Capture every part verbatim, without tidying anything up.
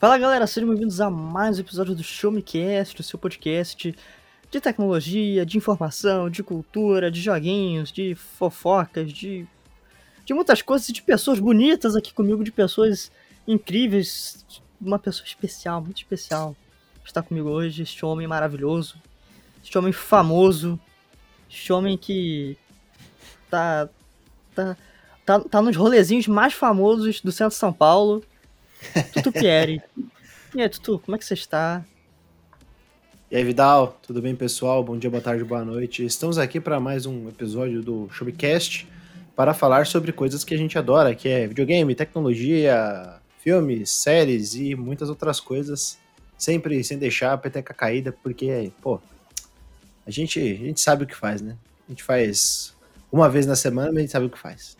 Fala galera, sejam bem-vindos a mais um episódio do Show Me Cast, o seu podcast de tecnologia, de informação, de cultura, de joguinhos, de fofocas, de, de muitas coisas e de pessoas bonitas aqui comigo, de pessoas incríveis, uma pessoa especial, muito especial, está comigo hoje, este homem maravilhoso, este homem famoso, este homem que tá, tá, tá, tá nos rolezinhos mais famosos do centro de São Paulo, Tutu Pieri. E aí, Tutu, como é que você está? E aí, Vidal, tudo bem, pessoal? Bom dia, boa tarde, boa noite. Estamos aqui para mais um episódio do Showcast para falar sobre coisas que a gente adora, que é videogame, tecnologia, filmes, séries e muitas outras coisas, sempre sem deixar a peteca caída, porque, pô, a gente, a gente sabe o que faz, né? A gente faz uma vez na semana, mas a gente sabe o que faz.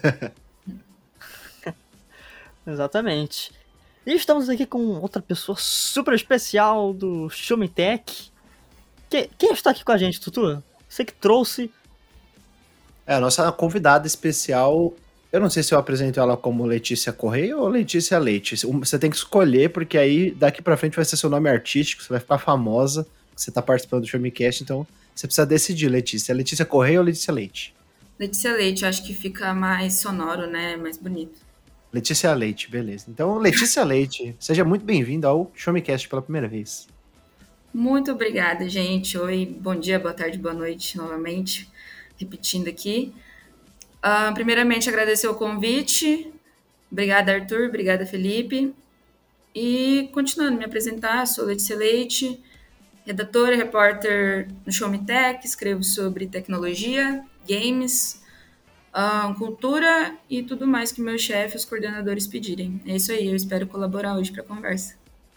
Exatamente. E estamos aqui com outra pessoa super especial do Show Me Tech. Que, quem está aqui com a gente, Tutu? Você que trouxe. É, a nossa convidada especial, eu não sei se eu apresento ela como Letícia Correia ou Letícia Leite. Você tem que escolher, porque aí daqui pra frente vai ser seu nome artístico, você vai ficar famosa, você tá participando do Show Me Cast, então você precisa decidir, Letícia. Letícia Correia ou Letícia Leite? Letícia Leite, eu acho que fica mais sonoro, né? Mais bonito. Letícia Leite, beleza. Então, Letícia Leite, seja muito bem-vinda ao Show Me Cast pela primeira vez. Muito obrigada, gente. Oi, bom dia, boa tarde, boa noite novamente. Repetindo aqui. Uh, primeiramente, agradecer o convite. Obrigada, Arthur. Obrigada, Felipe. E continuando, me apresentar, sou Letícia Leite, redatora e repórter no Show Me Tech, escrevo sobre tecnologia, games, Uh, cultura e tudo mais que meus chefes, os coordenadores pedirem. É isso aí, eu espero colaborar hoje para a conversa.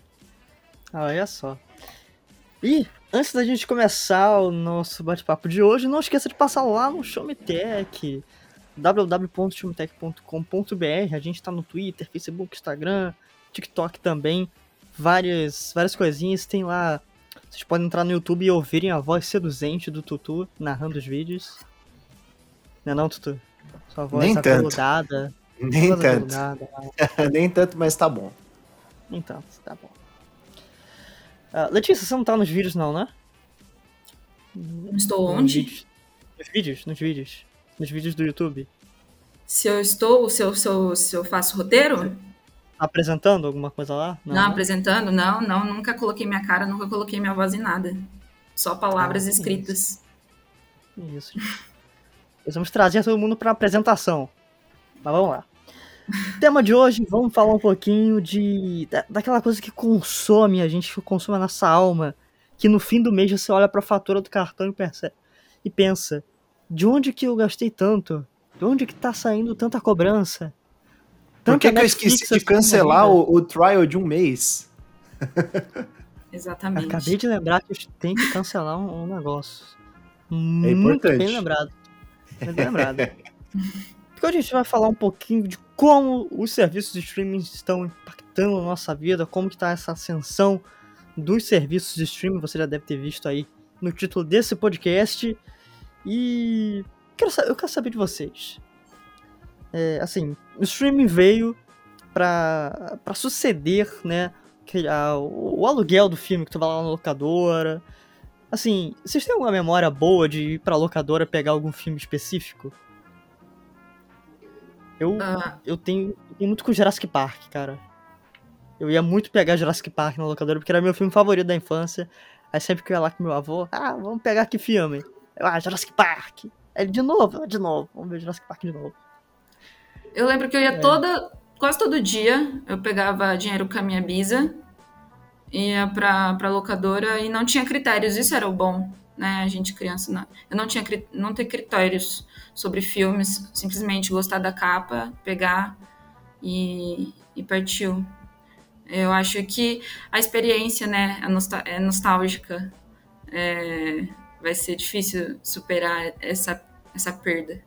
Olha só. E antes da gente começar o nosso bate-papo de hoje, não esqueça de passar lá no Show Me Tech, w w w ponto show me tech ponto com ponto b r. A gente tá no Twitter, Facebook, Instagram, TikTok também, várias, várias coisinhas. Tem lá, vocês podem entrar no YouTube e ouvirem a voz seduzente do Tutu narrando os vídeos. Não é não, Tutu? Sua voz Nem aveludada. tanto. Nem voz tanto. aveludada. Nem tanto, mas tá bom. Nem tanto, tá bom. Uh, Letícia, você não tá nos vídeos não, né? Não estou nos onde? Vídeos. Nos vídeos, nos vídeos. Nos vídeos do YouTube. Se eu estou, se eu, se eu, se eu faço roteiro? Tá apresentando alguma coisa lá? Não, não, apresentando? Não, não, nunca coloquei minha cara, nunca coloquei minha voz em nada. Só palavras ah, escritas. Isso. isso. Nós vamos trazer todo mundo para apresentação. Mas vamos lá. Tema de hoje, vamos falar um pouquinho de da, daquela coisa que consome a gente, que consome a nossa alma, que no fim do mês você olha para a fatura do cartão e, percebe, e pensa, de onde que eu gastei tanto? De onde que tá saindo tanta cobrança? Por que, que eu esqueci de cancelar o, o trial de um mês? Exatamente. Acabei de lembrar que eu tenho que cancelar um, um negócio. É Muito importante. bem lembrado. Bem lembrado. Porque hoje a gente vai falar um pouquinho de como os serviços de streaming estão impactando a nossa vida, como que tá essa ascensão dos serviços de streaming, você já deve ter visto aí no título desse podcast. E quero, eu quero saber de vocês. É, assim, o streaming veio pra, pra suceder, né, que, a, o, o aluguel do filme que tu vai lá na locadora. Assim, vocês têm alguma memória boa de ir pra locadora pegar algum filme específico? Eu, uh. eu, tenho, eu tenho muito com Jurassic Park, cara. Eu ia muito pegar Jurassic Park na locadora, porque era meu filme favorito da infância. Aí sempre que eu ia lá com meu avô, ah, vamos pegar que filme? Eu, ah, Jurassic Park. Aí de novo, de novo, vamos ver Jurassic Park de novo. Eu lembro que eu ia é. toda, quase todo dia, eu pegava dinheiro com a minha bisa, ia pra, pra locadora e não tinha critérios, isso era o bom, né, a gente criança, não, eu não tinha não ter critérios sobre filmes, simplesmente gostar da capa, pegar e, e partiu. Eu acho que a experiência, né, é, nostal- é nostálgica, é, vai ser difícil superar essa, essa perda.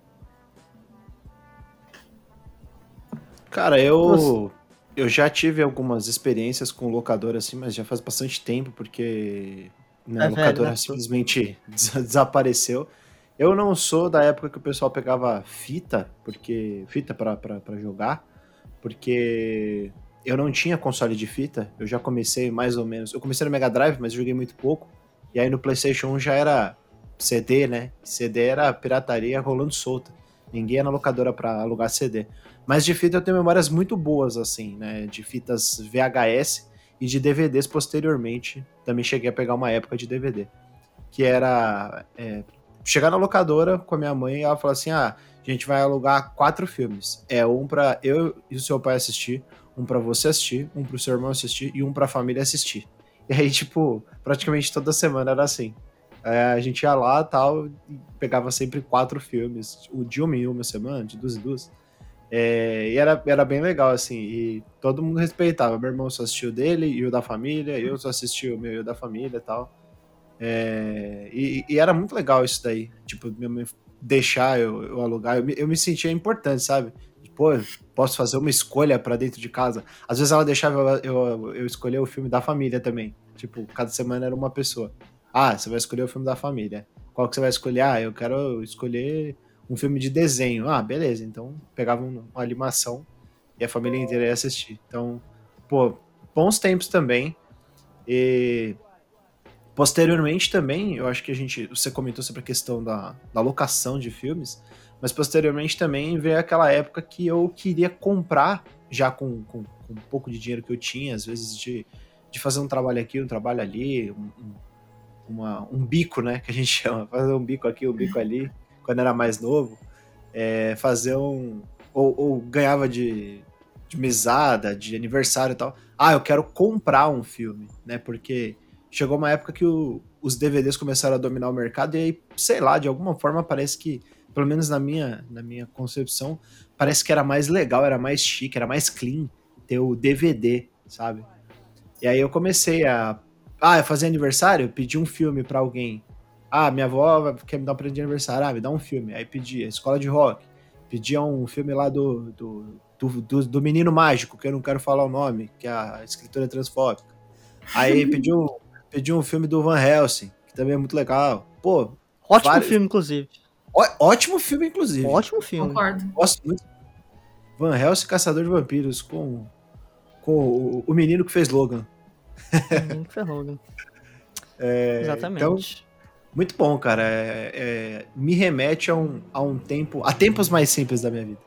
Cara, eu, eu já tive algumas experiências com locadora assim, mas já faz bastante tempo, porque né, a é locadora velho, né? simplesmente des- desapareceu. Eu não sou da época que o pessoal pegava fita, porque fita pra, pra, pra jogar, porque eu não tinha console de fita, eu já comecei mais ou menos, eu comecei no Mega Drive, mas joguei muito pouco, e aí no PlayStation um já era C D, né? C D era pirataria rolando solta, ninguém ia na locadora pra alugar C D. Mas de fita eu tenho memórias muito boas, assim, né? De fitas V H S e de D V Ds posteriormente, também cheguei a pegar uma época de D V D, que era é, chegar na locadora com a minha mãe e ela falou assim, ah, a gente vai alugar quatro filmes, é um pra eu e o seu pai assistir, um pra você assistir, um pro seu irmão assistir e um pra família assistir. E aí, tipo, praticamente toda semana era assim. É, a gente ia lá tal, e pegava sempre quatro filmes, o de uma em uma semana, de duas em duas. É, e era, era bem legal, assim, e todo mundo respeitava. Meu irmão só assistiu o dele e o da família, eu só assisti o meu e o da família e tal. É, e, e era muito legal isso daí, tipo, minha mãe deixar eu, eu alugar, eu me, eu me sentia importante, sabe? Pô, posso fazer uma escolha pra dentro de casa. Às vezes ela deixava eu, eu, eu escolher o filme da família também. Tipo, cada semana era uma pessoa. Ah, você vai escolher o filme da família. Qual que você vai escolher? Ah, eu quero escolher um filme de desenho. Ah, beleza. Então pegava um- uma animação e a família inteira ia assistir. Então, pô, bons tempos também. E posteriormente também, eu acho que a gente, você comentou sobre a questão da, da locação de filmes, mas posteriormente também veio aquela época que eu queria comprar, já com, com, com um pouco de dinheiro que eu tinha, às vezes de, de fazer um trabalho aqui, um trabalho ali, um, um, uma, um bico, né, que a gente chama, fazer um bico aqui, um bico ali, quando era mais novo, é, fazer um, ou, ou ganhava de, de mesada, de aniversário e tal, ah, eu quero comprar um filme, né, porque chegou uma época que o- os D V Ds começaram a dominar o mercado e aí, sei lá, de alguma forma parece que, pelo menos na minha, na minha concepção, parece que era mais legal, era mais chique, era mais clean ter o D V D, sabe? E aí eu comecei a. Ah, fazer aniversário? Pedi um filme pra alguém. Ah, minha avó vai- quer me dar um presente de aniversário. Ah, me dá um filme. Aí pedi a Escola de Rock. Pedia um filme lá do, do, do, do, do Menino Mágico, que eu não quero falar o nome, que a escritora é transfóbica. Aí pedi um, pedi um filme do Van Helsing, que também é muito legal. Pô, Ótimo vários. filme, inclusive. Ó- ótimo filme, inclusive. Ótimo filme. Concordo. Gosto muito. Van Helsing, Caçador de Vampiros, com, com o, o menino que fez Logan. Menino que Ferrogan. Então, Exatamente. muito bom, cara. É- é- me remete a um, a um tempo. A tempos mais simples da minha vida.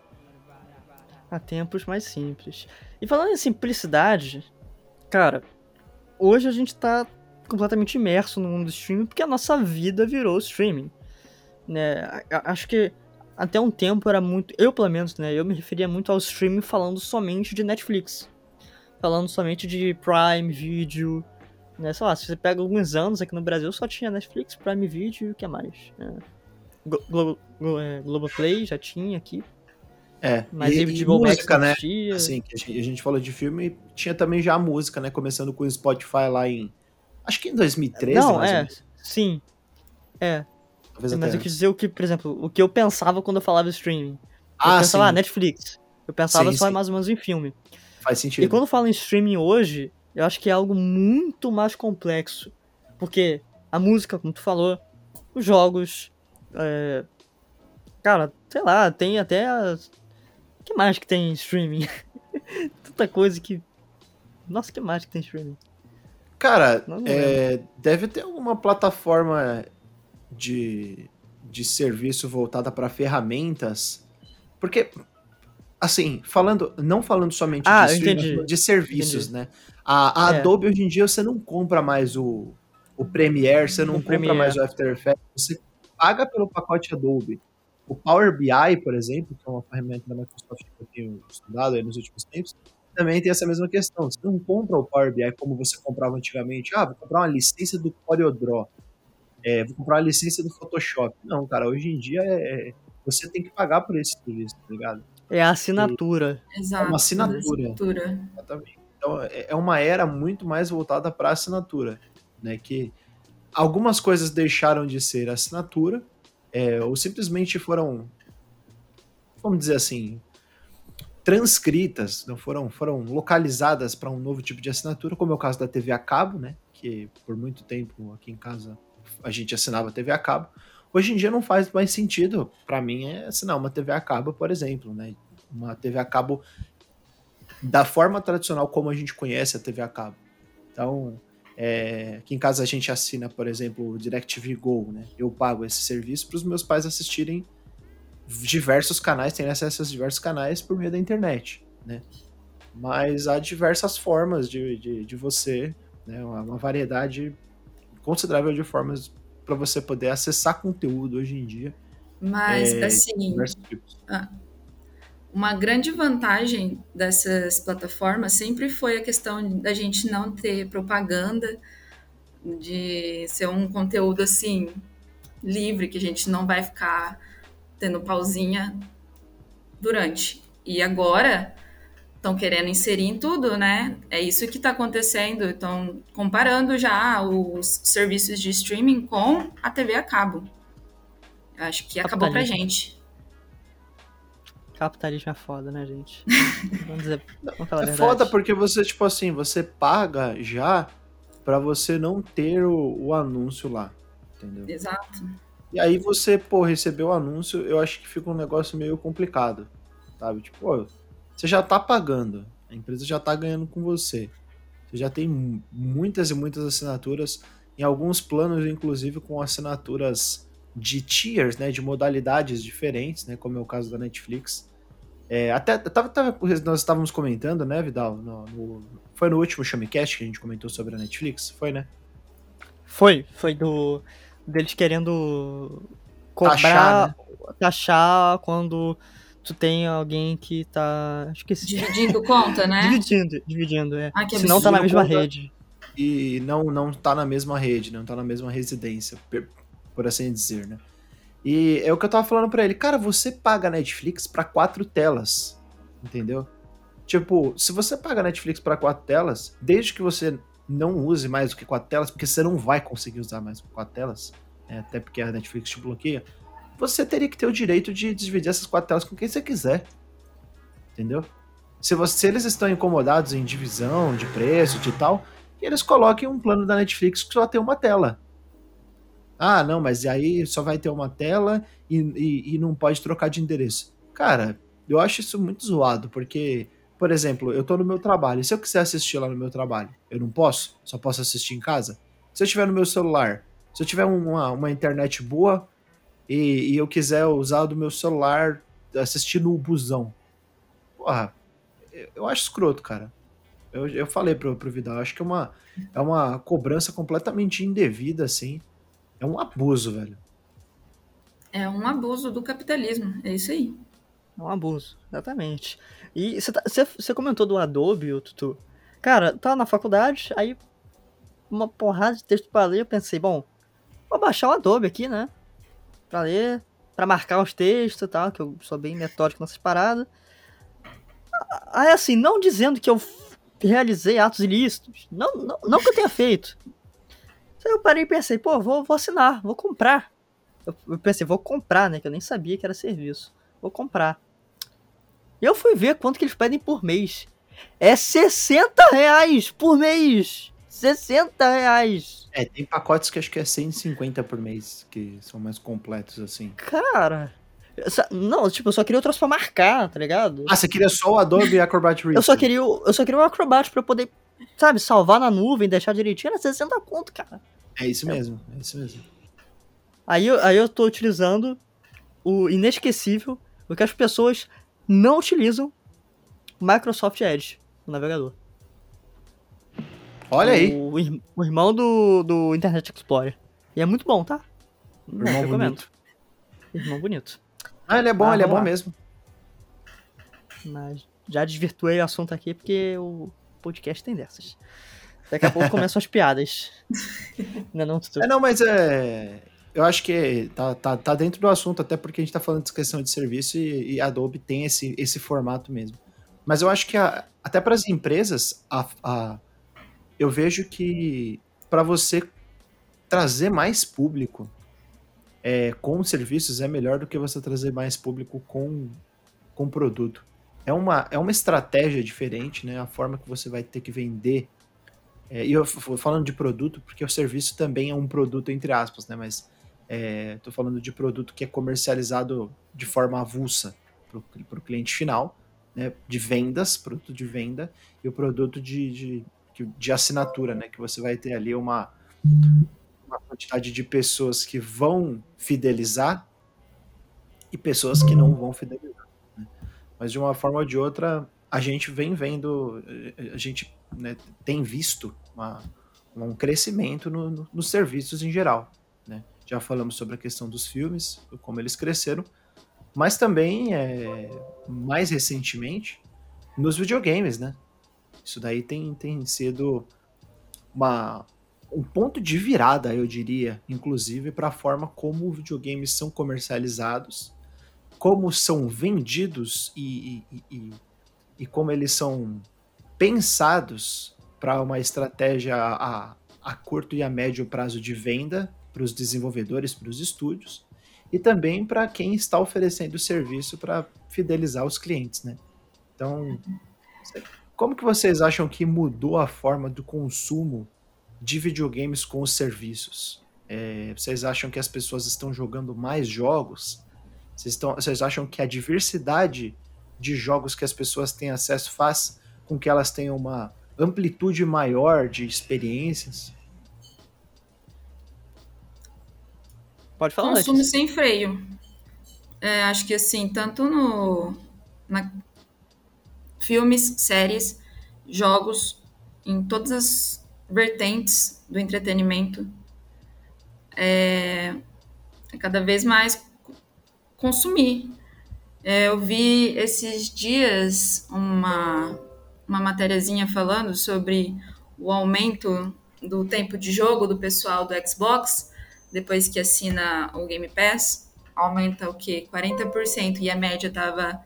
Há tempos mais simples. E falando em simplicidade, cara, hoje a gente tá completamente imerso no mundo do streaming porque a nossa vida virou streaming, né? A- a- Acho que até um tempo era muito, eu pelo menos, né, eu me referia muito ao streaming falando somente de Netflix, falando somente de Prime Video, né? Sei lá, se você pega alguns anos aqui no Brasil só tinha Netflix, Prime Video e o que mais? É, Glo Glo Glo é, Globoplay já tinha aqui, É. mas E, H e B O Max música, não né? existia. Assim, que a gente, a gente falou de filme, tinha também já a música, né? Começando com o Spotify lá em. Acho que em dois mil e treze, Não, mais ou é, menos. sim, é. Talvez até Mas eu quis antes. dizer o que, por exemplo, o que eu pensava quando eu falava streaming. Eu Ah, pensava, ah, sim. Netflix. Eu pensava Sim, só sim. mais ou menos em filme. Faz E sentido. quando eu falo em streaming hoje, eu acho que é algo muito mais complexo. Porque a música, como tu falou, os jogos, é, cara, sei lá, tem até as... O que mais que tem em streaming? Tanta coisa que... Nossa, o que mais que tem em streaming? Cara, Não, não lembro. é, deve ter alguma plataforma de, de serviço voltada para ferramentas. Porque, assim, falando, não falando somente de Ah, eu streaming, mas falando entendi. de serviços, Entendi. né? A, a É, Adobe hoje em dia você não compra mais o, o Premiere, você não o compra mais Premiere. o After Effects, você paga pelo pacote Adobe. O Power B I, por exemplo, que é uma ferramenta da Microsoft que eu tenho estudado aí nos últimos tempos, também tem essa mesma questão. Você não compra o Power B I como você comprava antigamente. Ah, vou comprar uma licença do CorelDRAW. É, vou comprar uma licença do Photoshop. Não, cara, hoje em dia é, é- você tem que pagar por esse serviço, tá ligado? É a E assinatura. é uma Exato, fazer assinatura, assinatura. exatamente. Então é é uma era muito mais voltada para assinatura, né? Que algumas coisas deixaram de ser assinatura, é, ou simplesmente foram, vamos dizer assim, transcritas, não foram, foram localizadas para um novo tipo de assinatura, como é o caso da T V a cabo, né? Que por muito tempo aqui em casa a gente assinava T V a cabo. Hoje em dia não faz mais sentido para mim é assinar uma T V a cabo, por exemplo, né? Uma T V a cabo da forma tradicional como a gente conhece a T V a cabo. Então, é, aqui em casa a gente assina, por exemplo, o DirecTV Go, né? Eu pago esse serviço para os meus pais assistirem diversos canais, terem acesso a diversos canais por meio da internet, né? Mas há diversas formas de, de, de você, né? Uma, uma variedade considerável de formas para você poder acessar conteúdo hoje em dia. Mas, É, assim, diversos tipos. uma grande vantagem dessas plataformas sempre foi a questão da gente não ter propaganda, de ser um conteúdo assim livre, que a gente não vai ficar tendo pausinha durante. E agora estão querendo inserir em tudo, né? É isso que está acontecendo. Estão comparando já os serviços de streaming com a T V a cabo. Acho que acabou pra Capitalismo. gente. Capitalismo é foda, né, gente? Vamos dizer, vamos falar a É verdade. foda porque você, tipo assim, você paga já pra você não ter o, o anúncio lá, entendeu? Exato. E aí você, pô, recebeu o anúncio, eu acho que fica um negócio meio complicado, sabe? Tipo, pô, você já tá pagando, a empresa já tá ganhando com você. Você já tem mu- muitas e muitas assinaturas, em alguns planos, inclusive, com assinaturas de tiers, né, de modalidades diferentes, né, como é o caso da Netflix. É, até tava, tava- nós estávamos comentando, né, Vidal? no- no- foi no último Shamecast que a gente comentou sobre a Netflix? Foi, né? Foi, foi do deles querendo Taxar, cobrar, né? taxar quando tu tem alguém que tá, esqueci, Dividindo conta, né? dividindo, dividindo, é. Ai, que Se não tá na absurdo. mesma conta. rede. E não, não tá na mesma rede, não tá na mesma residência, per- por assim dizer, né? E é o que eu tava falando pra ele, cara, você paga a Netflix pra quatro telas, entendeu? Tipo, se você paga a Netflix pra quatro telas, desde que você não use mais do que quatro telas, porque você não vai conseguir usar mais do que quatro telas, né, até porque a Netflix te bloqueia, você teria que ter o direito de dividir essas quatro telas com quem você quiser, entendeu? Se, você, se eles estão incomodados em divisão de preço, de tal, que eles coloquem um plano da Netflix que só tem uma tela. Ah, não, mas aí só vai ter uma tela e, e, e não pode trocar de endereço. Cara, eu acho isso muito zoado, porque, por exemplo, eu tô no meu trabalho, e se eu quiser assistir lá no meu trabalho, eu não posso? Só posso assistir em casa? Se eu tiver no meu celular, se eu tiver uma, uma internet boa e, e eu quiser usar do meu celular, assistir no busão, porra, eu, eu acho escroto, cara. Eu, eu falei pro, pro Vidal, eu acho que é uma, é uma cobrança completamente indevida, assim. É um abuso, velho. É um abuso do capitalismo. É isso aí. É um abuso, exatamente. E você tá- você você comentou do Adobe, ô, Tutu. Cara, tava na faculdade, aí uma porrada de texto pra ler, eu pensei, bom, vou baixar o Adobe aqui, né? Pra ler, pra marcar os textos e tal, que eu sou bem metódico nessas paradas. Aí assim, não dizendo que eu f- realizei atos ilícitos, não, não, não que eu tenha feito. Aí eu parei e pensei, pô, vou, vou assinar, vou comprar. Eu, eu pensei, vou comprar, né? Que eu nem sabia que era serviço. Vou comprar. E eu fui ver quanto que eles pedem por mês. É sessenta reais por mês! sessenta reais! É, tem pacotes que acho que é cento e cinquenta por mês, que são mais completos, assim. Cara, eu só- não, tipo, eu só queria o troço pra marcar, tá ligado? Ah, você queria só o Adobe Acrobat Reader? Eu só queria o, eu só queria o Acrobat pra poder, sabe, salvar na nuvem, deixar direitinho, era sessenta conto, cara. É isso mesmo, é isso mesmo. Aí, eu- aí eu tô utilizando o inesquecível, o que as pessoas não utilizam, Microsoft Edge, o navegador. Olha aí, O, ir- o irmão do, do Internet Explorer. E é muito bom, tá? Muito bom, irmão recomendo. bonito. Irmão bonito. Ah, ele é bom, Ah, ele é vamos bom lá. mesmo. Mas já desvirtuei o assunto aqui porque o podcast tem dessas. Daqui a pouco começam as piadas. Não, é não, Tutu? É, não, mas é... Eu acho que tá, tá, tá dentro do assunto, até porque a gente tá falando de questão de serviço e, e a Adobe tem esse, esse formato mesmo. Mas eu acho que a- até para as empresas, a, a- eu vejo que para você trazer mais público é, com serviços é melhor do que você trazer mais público com, com produto. É uma, é uma estratégia diferente, né? A forma que você vai ter que vender. É, e eu f- falando de produto, porque o serviço também é um produto, entre aspas, né? Mas estou falando de produto que é comercializado de forma avulsa para o cliente final. né, de vendas, produto de venda, e o produto de, de, de assinatura, né, que você vai ter ali uma, uma quantidade de pessoas que vão fidelizar e pessoas que não vão fidelizar. Né? Mas de uma forma ou de outra, a gente vem vendo, a gente, né, tem visto uma, um crescimento no, no, nos serviços em geral. Né? Já falamos sobre a questão dos filmes, como eles cresceram, mas também, é, mais recentemente, nos videogames, né? Isso daí tem, tem sido uma, um ponto de virada, eu diria, inclusive, para a forma como os videogames são comercializados, como são vendidos e, e, e, e como eles são pensados para uma estratégia a, a curto e a médio prazo de venda para os desenvolvedores, para os estúdios, e também para quem está oferecendo o serviço para fidelizar os clientes, né? Então, como que vocês acham que mudou a forma do consumo de videogames com os serviços? É, vocês acham que as pessoas estão jogando mais jogos? Vocês, estão, vocês acham que a diversidade de jogos que as pessoas têm acesso faz com que elas tenham uma amplitude maior de experiências? Pode falar, Consumo Letícia. sem freio. É, acho que assim, tanto no na, filmes, séries, jogos, em todas as vertentes do entretenimento, é cada vez mais consumir. É, eu vi esses dias uma, uma matériazinha falando sobre o aumento do tempo de jogo do pessoal do Xbox, depois que assina o Game Pass, aumenta o quê? quarenta por cento, e a média estava,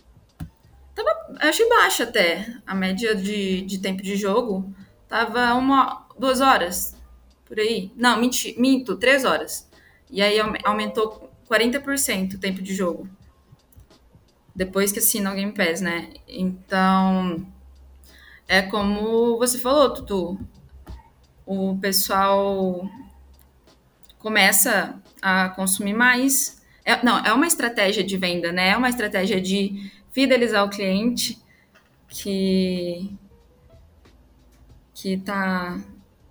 achei baixa até, a média de, de tempo de jogo estava uma, duas horas, por aí. Não, menti, minto, três horas. E aí aumentou quarenta por cento o tempo de jogo depois que assina o Game Pass, né? Então, é como você falou, Tutu. O pessoal começa a consumir mais. É, não, é uma estratégia de venda, né? É uma estratégia de fidelizar o cliente que que tá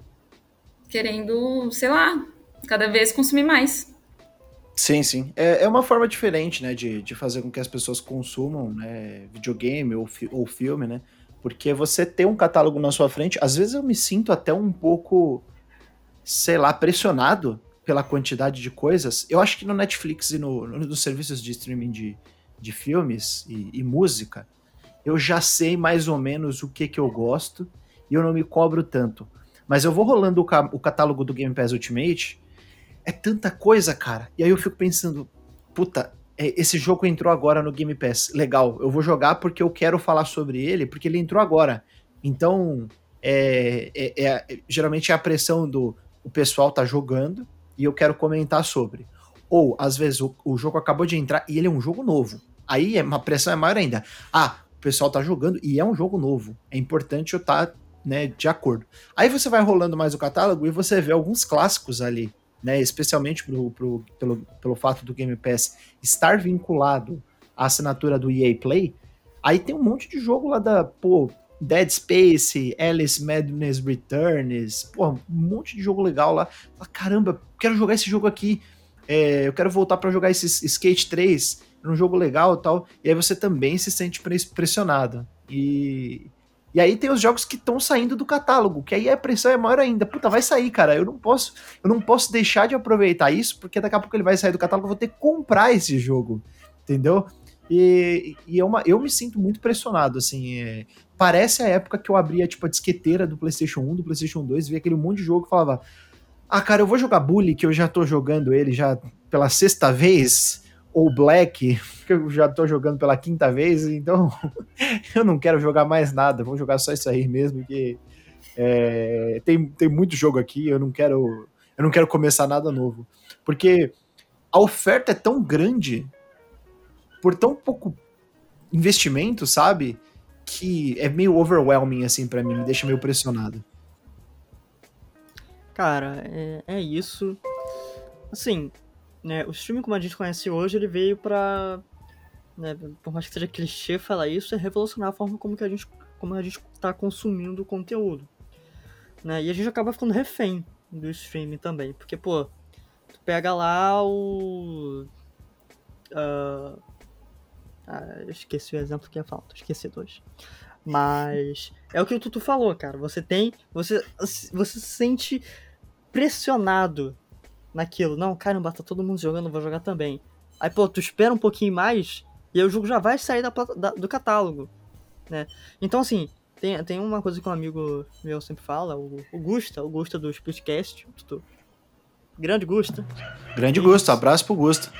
querendo, sei lá, cada vez consumir mais. Sim, sim. É, é uma forma diferente, né, de, de fazer com que as pessoas consumam, né, videogame ou, fi- ou filme, né? Porque você ter um catálogo na sua frente, às vezes eu me sinto até um pouco, sei lá, pressionado pela quantidade de coisas. Eu acho que no Netflix e no, no- nos serviços de streaming de, de filmes e, e música, eu já sei mais ou menos o que que eu gosto e eu não me cobro tanto. Mas eu vou rolando o, ca- o catálogo do Game Pass Ultimate, é tanta coisa, cara. E aí eu fico pensando, puta, é, esse jogo entrou agora no Game Pass. Legal, eu vou jogar porque eu quero falar sobre ele, porque ele entrou agora. Então, é, é- é- geralmente é a pressão do o pessoal tá jogando e eu quero comentar sobre. Ou, às vezes, o, o jogo acabou de entrar e ele é um jogo novo. Aí é, uma pressão é maior ainda. Ah, o pessoal tá jogando e é um jogo novo. É importante eu estar, né, de acordo. Aí você vai rolando mais o catálogo e você vê alguns clássicos ali, né, especialmente pro, pro, pelo, pelo fato do Game Pass estar vinculado à assinatura do E A Play. Aí tem um monte de jogo lá da, pô, Dead Space, Alice Madness Returns, pô, um monte de jogo legal lá. Caramba, quero jogar esse jogo aqui, é, eu quero voltar para jogar esse Skate três, um jogo legal e tal. E aí você também se sente pressionado. E, e aí tem os jogos que estão saindo do catálogo, que aí a pressão é maior ainda. Puta, vai sair, cara. Eu não posso, eu não posso deixar de aproveitar isso, porque daqui a pouco ele vai sair do catálogo, eu vou ter que comprar esse jogo, entendeu? E, e é uma, eu me sinto muito pressionado, assim. É, parece a época que eu abria, tipo, a disqueteira do PlayStation um, do PlayStation dois, via aquele monte de jogo e falava: ah, cara, eu vou jogar Bully, que eu já tô jogando ele já pela sexta vez, ou Black, que eu já tô jogando pela quinta vez, então eu não quero jogar mais nada, vou jogar só isso aí mesmo, que é, tem, tem muito jogo aqui, eu não quero eu não quero começar nada novo. Porque a oferta é tão grande, por tão pouco investimento, sabe? Que é meio overwhelming, assim, pra mim, me deixa meio pressionado. Cara, é, é isso. Assim, né, o streaming como a gente conhece hoje, ele veio pra né? Por mais que seja clichê falar isso, é revolucionar a forma como que a gente, como a gente tá consumindo o conteúdo, né? E a gente acaba ficando refém do streaming também, porque, pô, tu pega lá o... Uh, ah, eu esqueci o exemplo que ia falar, esqueci dois. Mas é o que o Tutu falou, cara. Você tem. Você, você se sente pressionado naquilo. Não, caramba, tá todo mundo jogando, vou jogar também. Aí, pô, tu espera um pouquinho mais e aí o jogo já vai sair da, da, do catálogo, né? Então, assim, tem, tem uma coisa que um amigo meu sempre fala, o, o Gusta, o Gusta do Splitcast, Tutu. Grande Gusta. Grande Gusto, abraço pro Gusto.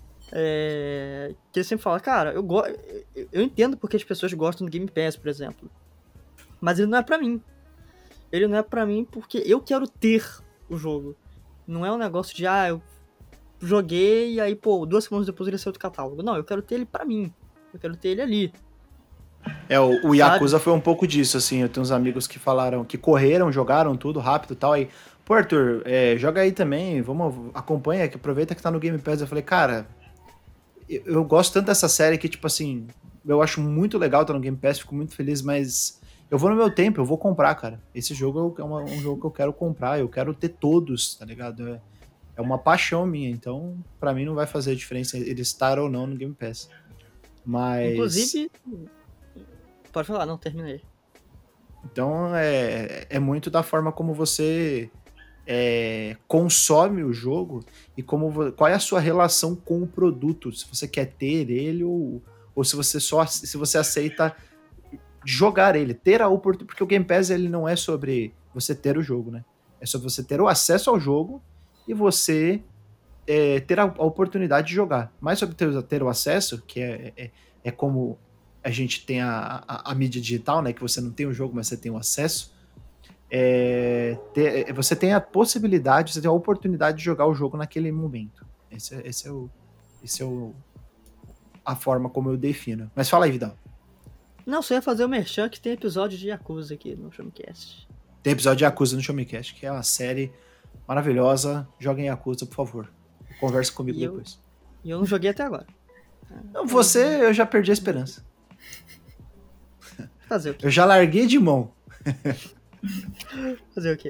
É, que ele sempre fala, cara, eu, go eu entendo porque as pessoas gostam do Game Pass, por exemplo. Mas ele não é pra mim. Ele não é pra mim porque eu quero ter o jogo. Não é um negócio de, ah, eu joguei e aí, pô, duas semanas depois ele saiu do catálogo. Não, eu quero ter ele pra mim. Eu quero ter ele ali. É, o, o Yakuza foi um pouco disso, assim. Eu tenho uns amigos que falaram, que correram, jogaram tudo rápido e tal. Aí, pô, Arthur, é, joga aí também, vamos, acompanha, que aproveita que tá no Game Pass. Eu falei, cara, eu, eu gosto tanto dessa série que, tipo assim, eu acho muito legal tá no Game Pass, fico muito feliz, mas eu vou no meu tempo, eu vou comprar, cara. Esse jogo é uma, um jogo que eu quero comprar, eu quero ter todos, tá ligado? É, é uma paixão minha, então pra mim não vai fazer diferença ele estar ou não no Game Pass. Mas... Inclusive... Pode falar, não, terminei. Então é, é muito da forma como você é, consome o jogo e como, qual é a sua relação com o produto. Se você quer ter ele ou, ou se você só se você aceita jogar ele, ter a oportunidade. Porque o Game Pass ele não é sobre você ter o jogo, né? É sobre você ter o acesso ao jogo e você é, ter a, a oportunidade de jogar. Mais sobre ter, ter o acesso, que é, é, é como a gente tem a, a, a mídia digital, né? Que você não tem o jogo, mas você tem o acesso. É, ter, você tem a possibilidade, você tem a oportunidade de jogar o jogo naquele momento. Esse, é- esse é o, esse é o, a forma como eu defino. Mas fala aí, Vidal. Não, só ia fazer o merchan que tem episódio de Yakuza aqui no Showmecast. Tem episódio de Yakuza no Showmecast, que é uma série maravilhosa. Joguem Yakuza, por favor. Converse comigo E eu- depois. E eu não joguei até agora. Você, eu já perdi a esperança. Fazer o quê? Eu já larguei de mão. Fazer o quê?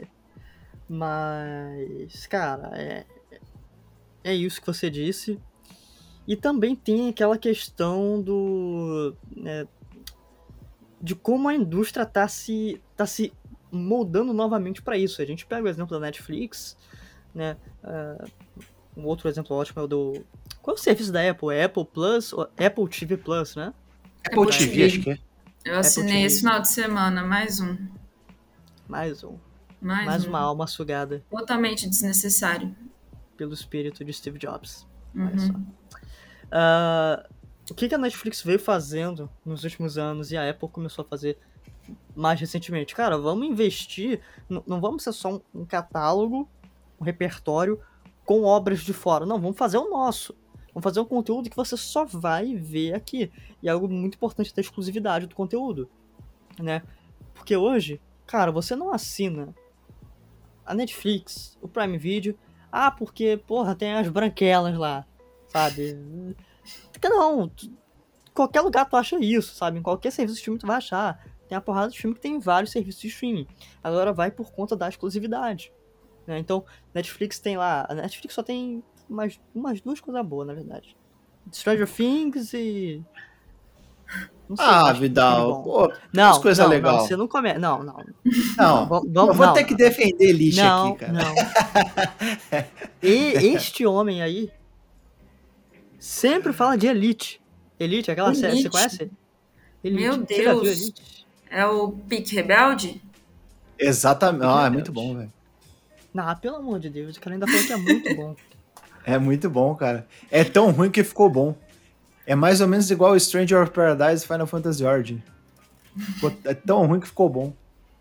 Mas, cara, é, é isso que você disse. E também tem aquela questão do... né, de como a indústria tá se, tá se moldando novamente para isso. A gente pega o exemplo da Netflix, né? Uh, um outro exemplo ótimo é o do... Qual é o serviço da Apple? É Apple Plus? Ou Apple T V Plus, né? Apple, Apple T V, T V, acho que é. Eu assinei esse final de semana, mais um. Mais um. Mais, mais um. uma alma sugada. Totalmente desnecessário. Pelo espírito de Steve Jobs. Uhum. Olha só. Uh, o que a Netflix veio fazendo nos últimos anos e a Apple começou a fazer mais recentemente? Cara, vamos investir, n- não vamos ser só um, um catálogo, um repertório com obras de fora. Não, vamos fazer o nosso. Vamos fazer um conteúdo que você só vai ver aqui. E é algo muito importante da exclusividade do conteúdo, né? Porque hoje, cara, você não assina a Netflix, o Prime Video, ah, porque, porra, tem as branquelas lá, sabe? Não, qualquer lugar tu acha isso, sabe? Em qualquer serviço de streaming tu vai achar. Tem a porrada de filme que tem vários serviços de streaming. Agora vai por conta da exclusividade, né? Então, Netflix tem lá... A Netflix só tem umas, umas duas coisas boas, na verdade. Stranger Things e... Não sei, ah, Vidal, pô, não, coisa não, legal. Não, você não começa... Não, não. Não, vamos, vamos, eu vou não, ter que defender Elite não, aqui, cara. Não, E este homem aí sempre fala de Elite. Elite, aquela Elite. série, você conhece? Elite. Meu Deus. Você já viu Elite? É o Pique Rebelde? Exatamente. Ah, é muito bom, velho. Não, pelo amor de Deus, o cara ainda falou que é muito bom. É muito bom, cara. É tão ruim que ficou bom. É mais ou menos igual o Stranger of Paradise e Final Fantasy Origin. É tão ruim que ficou bom.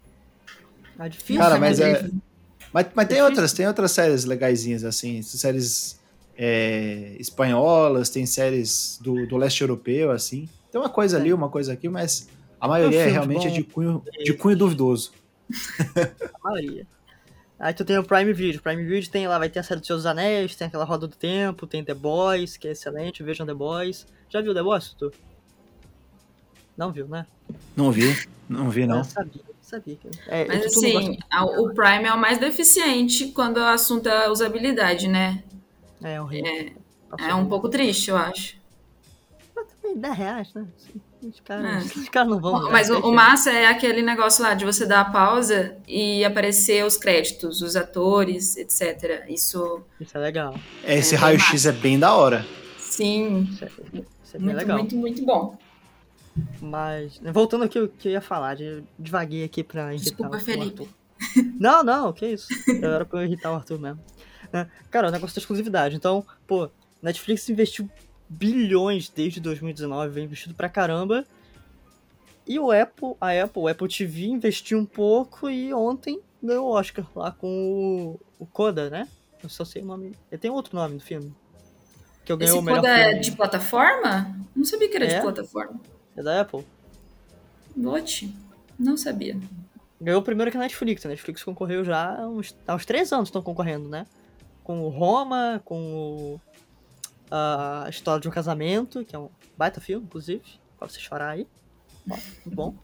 É difícil, cara, mas né? é... Mas, mas tem outras, tem outras séries legaisinhas, assim, séries é, espanholas, tem séries do, do leste europeu, assim. Tem uma coisa é. ali, uma coisa aqui, mas a maioria é realmente de cunho, de cunho duvidoso. A maioria. Aí tu tem o Prime Video. Prime Video tem lá, vai ter a série dos Seus Anéis, tem aquela Roda do Tempo, tem The Boys, que é excelente, vejam The Boys. Já viu The Boys, tu? Não viu, né? Não vi, não vi, não. Eu sabia, sabia. É, Mas tu, tu não gosta assim, a- o Prime é o mais deficiente quando o assunto é usabilidade, né? de... É horrível. É um pouco triste, eu acho. Mas também dez reais, né? Os caras, É. os caras não vão mudar. Mas o, deixa. o massa é aquele negócio lá de você dar a pausa e aparecer os créditos, os atores, etcétera. Isso, Isso é legal. Esse É, raio-x é bem da hora. sim, Isso é, isso é bem muito, legal. muito, muito bom. Mas, voltando ao que eu, que eu ia falar, de, devaguei aqui pra irritar Desculpa, o Felipe. Arthur. Não, não, que isso. Eu era pra eu irritar o Arthur mesmo. É, cara, o negócio da exclusividade. Então, pô, Netflix investiu bilhões desde dois mil e dezenove, vem investido pra caramba. E o Apple, a Apple, o Apple T V investiu um pouco e ontem ganhou o Oscar lá com o, o Coda, né? Eu só sei o nome. Ele tem outro nome do filme. Que eu ganhou Esse o melhor Coda é filme. de plataforma? Não sabia que era É? de plataforma. É da Apple. Lote? Não sabia. Ganhou primeiro que a Netflix. A Netflix concorreu já há uns, há uns três anos estão concorrendo, né? Com o Roma, com o, a História de um Casamento, que é um baita filme, inclusive, pra você chorar aí. Bom, muito bom.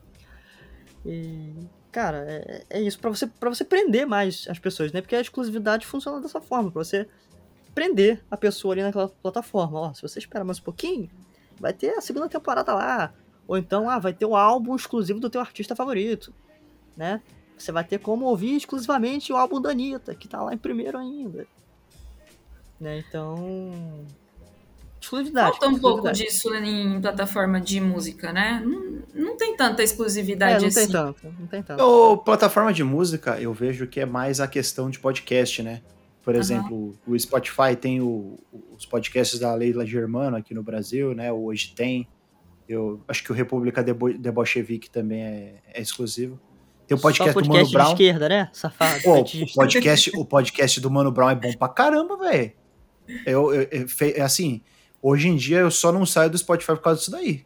E, cara, é, é isso, pra você, pra você prender mais as pessoas, né? Porque a exclusividade funciona dessa forma, pra você prender a pessoa ali naquela plataforma. Ó, se você esperar mais um pouquinho, vai ter a segunda temporada lá. Ou então, ah, vai ter o álbum exclusivo do teu artista favorito, né? Você vai ter como ouvir exclusivamente o álbum da Anitta, que tá lá em primeiro ainda. Né? Então... exclusividade. Falta um pouco exclusividade. disso em plataforma de música, né? Não, não tem tanta É, exclusividade não tem assim. tanto, não tem tanto. O plataforma de música, eu vejo que é mais a questão de podcast, né? Por Aham. exemplo, o Spotify tem o- os podcasts da Leila Germano aqui no Brasil, né? O Hoje Tem. Eu acho que o República Debo Debochevique também é, é exclusivo. Tem o Só podcast, podcast do Mano de Brown. esquerda, né? Safado, Pô, o, petista. podcast, o podcast do Mano Brown é bom pra caramba, velho. Eu, eu, eu, fe- assim, hoje em dia eu só não saio do Spotify por causa disso daí.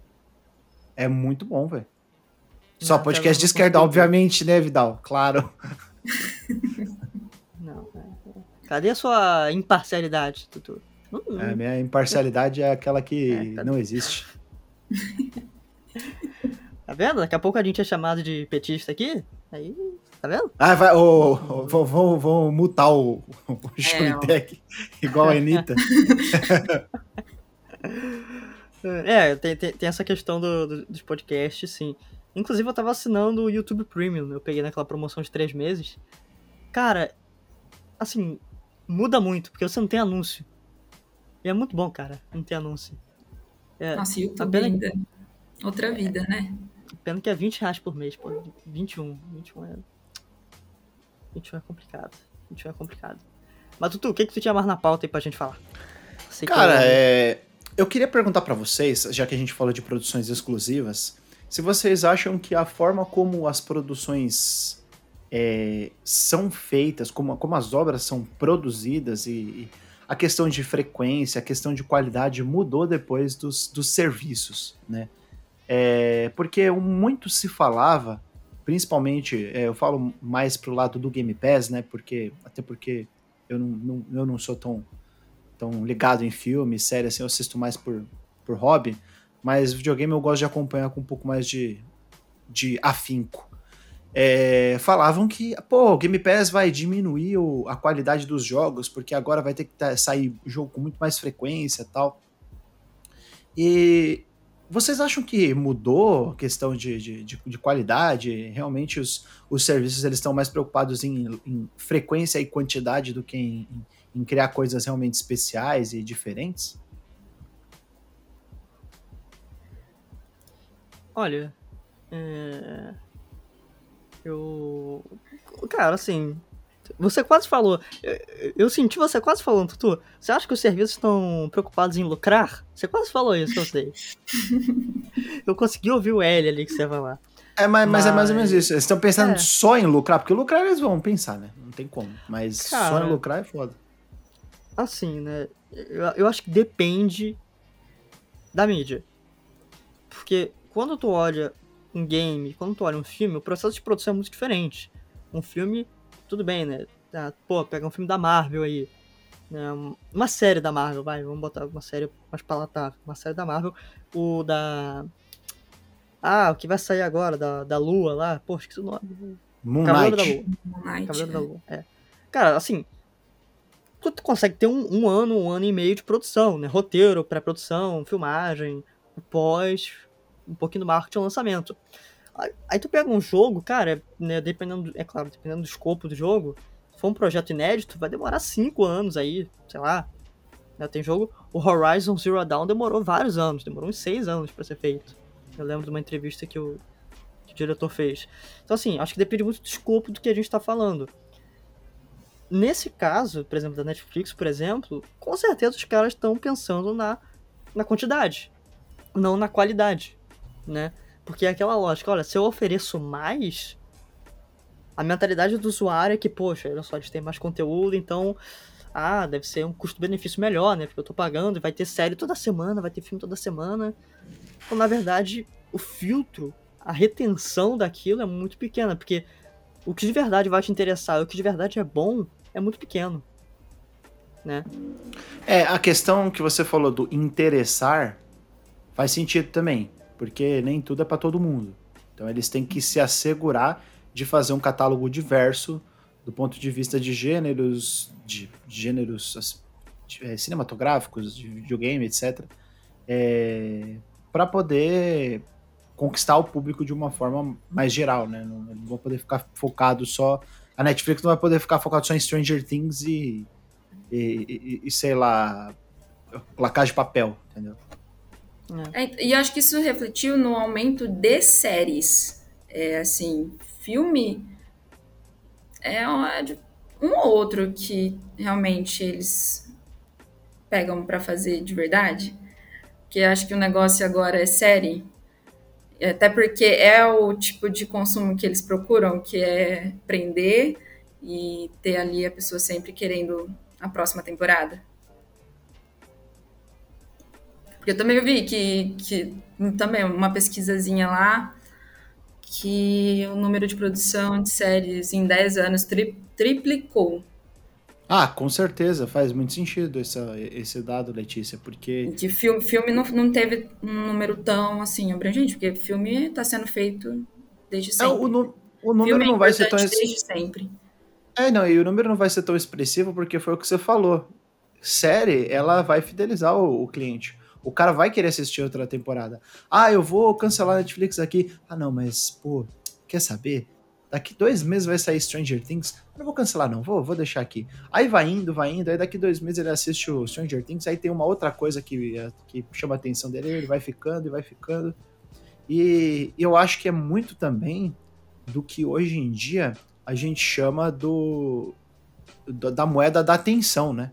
É muito bom, velho. Só Não, até agora podcast de não esquerda, consegui obviamente, né, Vidal? Claro. Não, é. Cadê a sua imparcialidade, Tutu? Hum, A minha imparcialidade é aquela que É, cadê? não existe. Tá vendo? Daqui a pouco a gente é chamado de petista aqui. Aí, tá vendo? Ah, vai, ô, ô, vão, vão, vão mutar o, o Showtech, igual a Anitta. É, tem, tem, tem essa questão do, do- dos podcasts, sim. Inclusive, eu tava assinando o YouTube Premium. Eu peguei naquela promoção de três meses. Cara, assim, muda muito, porque você não tem anúncio. E é muito bom, cara, não ter anúncio. É, Nossa, a YouTube pena, ainda. Outra vida, né? pena que é vinte reais por mês, pô. vinte e um. vinte e um é. vinte e um é complicado. vinte e um é complicado. Mas, Tutu, o que, que tu tinha mais na pauta aí pra gente falar? Sei que Cara, eu- é, eu queria perguntar pra vocês, já que a gente falou de produções exclusivas, se vocês acham que a forma como as produções é, são feitas, como, como as obras são produzidas e, e a questão de frequência, a questão de qualidade mudou depois dos, dos serviços, né? É, porque muito se falava, principalmente, é, eu falo mais pro lado do Game Pass, né? Porque, até porque eu não, não- eu não sou tão, tão ligado em filme, série, assim, eu assisto mais por, por hobby, mas videogame eu gosto de acompanhar com um pouco mais de, de afinco. É, falavam que, pô, o Game Pass vai diminuir o- a qualidade dos jogos, porque agora vai ter que tá- sair jogo com muito mais frequência e tal. E vocês acham que mudou a questão de, de, de, de qualidade? Realmente os, os serviços eles estão mais preocupados em, em frequência e quantidade do que em, em, em criar coisas realmente especiais e diferentes? Olha, é... eu... Cara, assim, você quase falou, eu, eu senti você quase falando, Tutu, você acha que os serviços estão preocupados em lucrar? Você quase falou isso, eu sei. Eu consegui ouvir o L ali que você ia falar. É, mas, mas é mais ou menos Mas- isso. Eles estão pensando é. só em lucrar, porque lucrar eles vão pensar, né? Não tem como. Mas só Cara, em lucrar é foda. Assim, né, eu, eu acho que depende da mídia. Porque quando tu olha um game, quando tu olha um filme, o processo de produção é muito diferente. Um filme tudo bem, né? Ah, pô, pega um filme da Marvel aí, né? Uma série da Marvel, vai, vamos botar uma série mais palatável. Uma série da Marvel, o da... Ah, o que vai sair agora, da, da Lua lá, pô, esqueci o nome. Moon Cavaleiro da Knight. Lua. Moon Knight, Cavaleiro da é. Lua, é. Cara, assim, tu consegue ter um, um ano, um ano e meio de produção, né? Roteiro, pré-produção, filmagem, pós, um pouquinho do marketing e lançamento. Aí, aí tu pega um jogo, cara, né, dependendo, é claro, dependendo do escopo do jogo, se for um projeto inédito, vai demorar cinco anos aí, sei lá. Né, tem jogo, o Horizon Zero Dawn demorou vários anos, demorou uns seis anos pra ser feito. Eu lembro de uma entrevista que o, que o diretor fez. Então, assim, acho que depende muito do escopo do que a gente tá falando. Nesse caso, por exemplo, da Netflix, por exemplo, com certeza os caras estão pensando na, na quantidade, não na qualidade, né? Porque é aquela lógica, olha, se eu ofereço mais, a mentalidade do usuário é que, poxa, olha só, eles têm mais conteúdo, então, ah, deve ser um custo-benefício melhor, né? Porque eu tô pagando e vai ter série toda semana, vai ter filme toda semana. Então, na verdade, o filtro, a retenção daquilo é muito pequena, porque o que de verdade vai te interessar, o que de verdade é bom, é muito pequeno, né? É, a questão que você falou do interessar faz sentido também, porque nem tudo é para todo mundo. Então eles têm que se assegurar de fazer um catálogo diverso do ponto de vista de gêneros, de, de gêneros de, é, cinematográficos, de videogame, etcétera. É, para poder conquistar o público de uma forma mais geral, né? Não, não vão poder ficar focado só... A Netflix não vai poder ficar focado só em Stranger Things e, e, e, e sei lá, La Casa de Papel, entendeu? É, e eu acho que isso refletiu no aumento de séries. É, assim, filme é um é de- um ou outro que realmente eles pegam pra fazer de verdade. Que eu acho que o negócio agora é série. Até porque é o tipo de consumo que eles procuram, que é prender e ter ali a pessoa sempre querendo a próxima temporada. Porque eu também vi que, que também uma pesquisazinha lá que o número de produção de séries em dez anos tri, triplicou. Ah, com certeza, faz muito sentido essa, esse dado, Letícia, porque... Que filme, filme não, não teve um número tão assim abrangente, porque filme está sendo feito desde É, o, sempre. nu- o número Filme é não vai ser tão... importante es- desde sempre. É, não, e o número não vai ser tão expressivo porque foi o que você falou. Série, ela vai fidelizar o, o cliente. O cara vai querer assistir outra temporada. Ah, eu vou cancelar a Netflix aqui. Ah, não, mas, pô, quer saber? Daqui dois meses vai sair Stranger Things. Eu não vou cancelar, não. Vou, vou deixar aqui. Aí vai indo, vai indo. Aí daqui dois meses ele assiste o Stranger Things. Aí tem uma outra coisa que, que chama a atenção dele. Ele vai ficando e vai ficando. E eu acho que é muito também do que hoje em dia a gente chama do, do da moeda da atenção, né?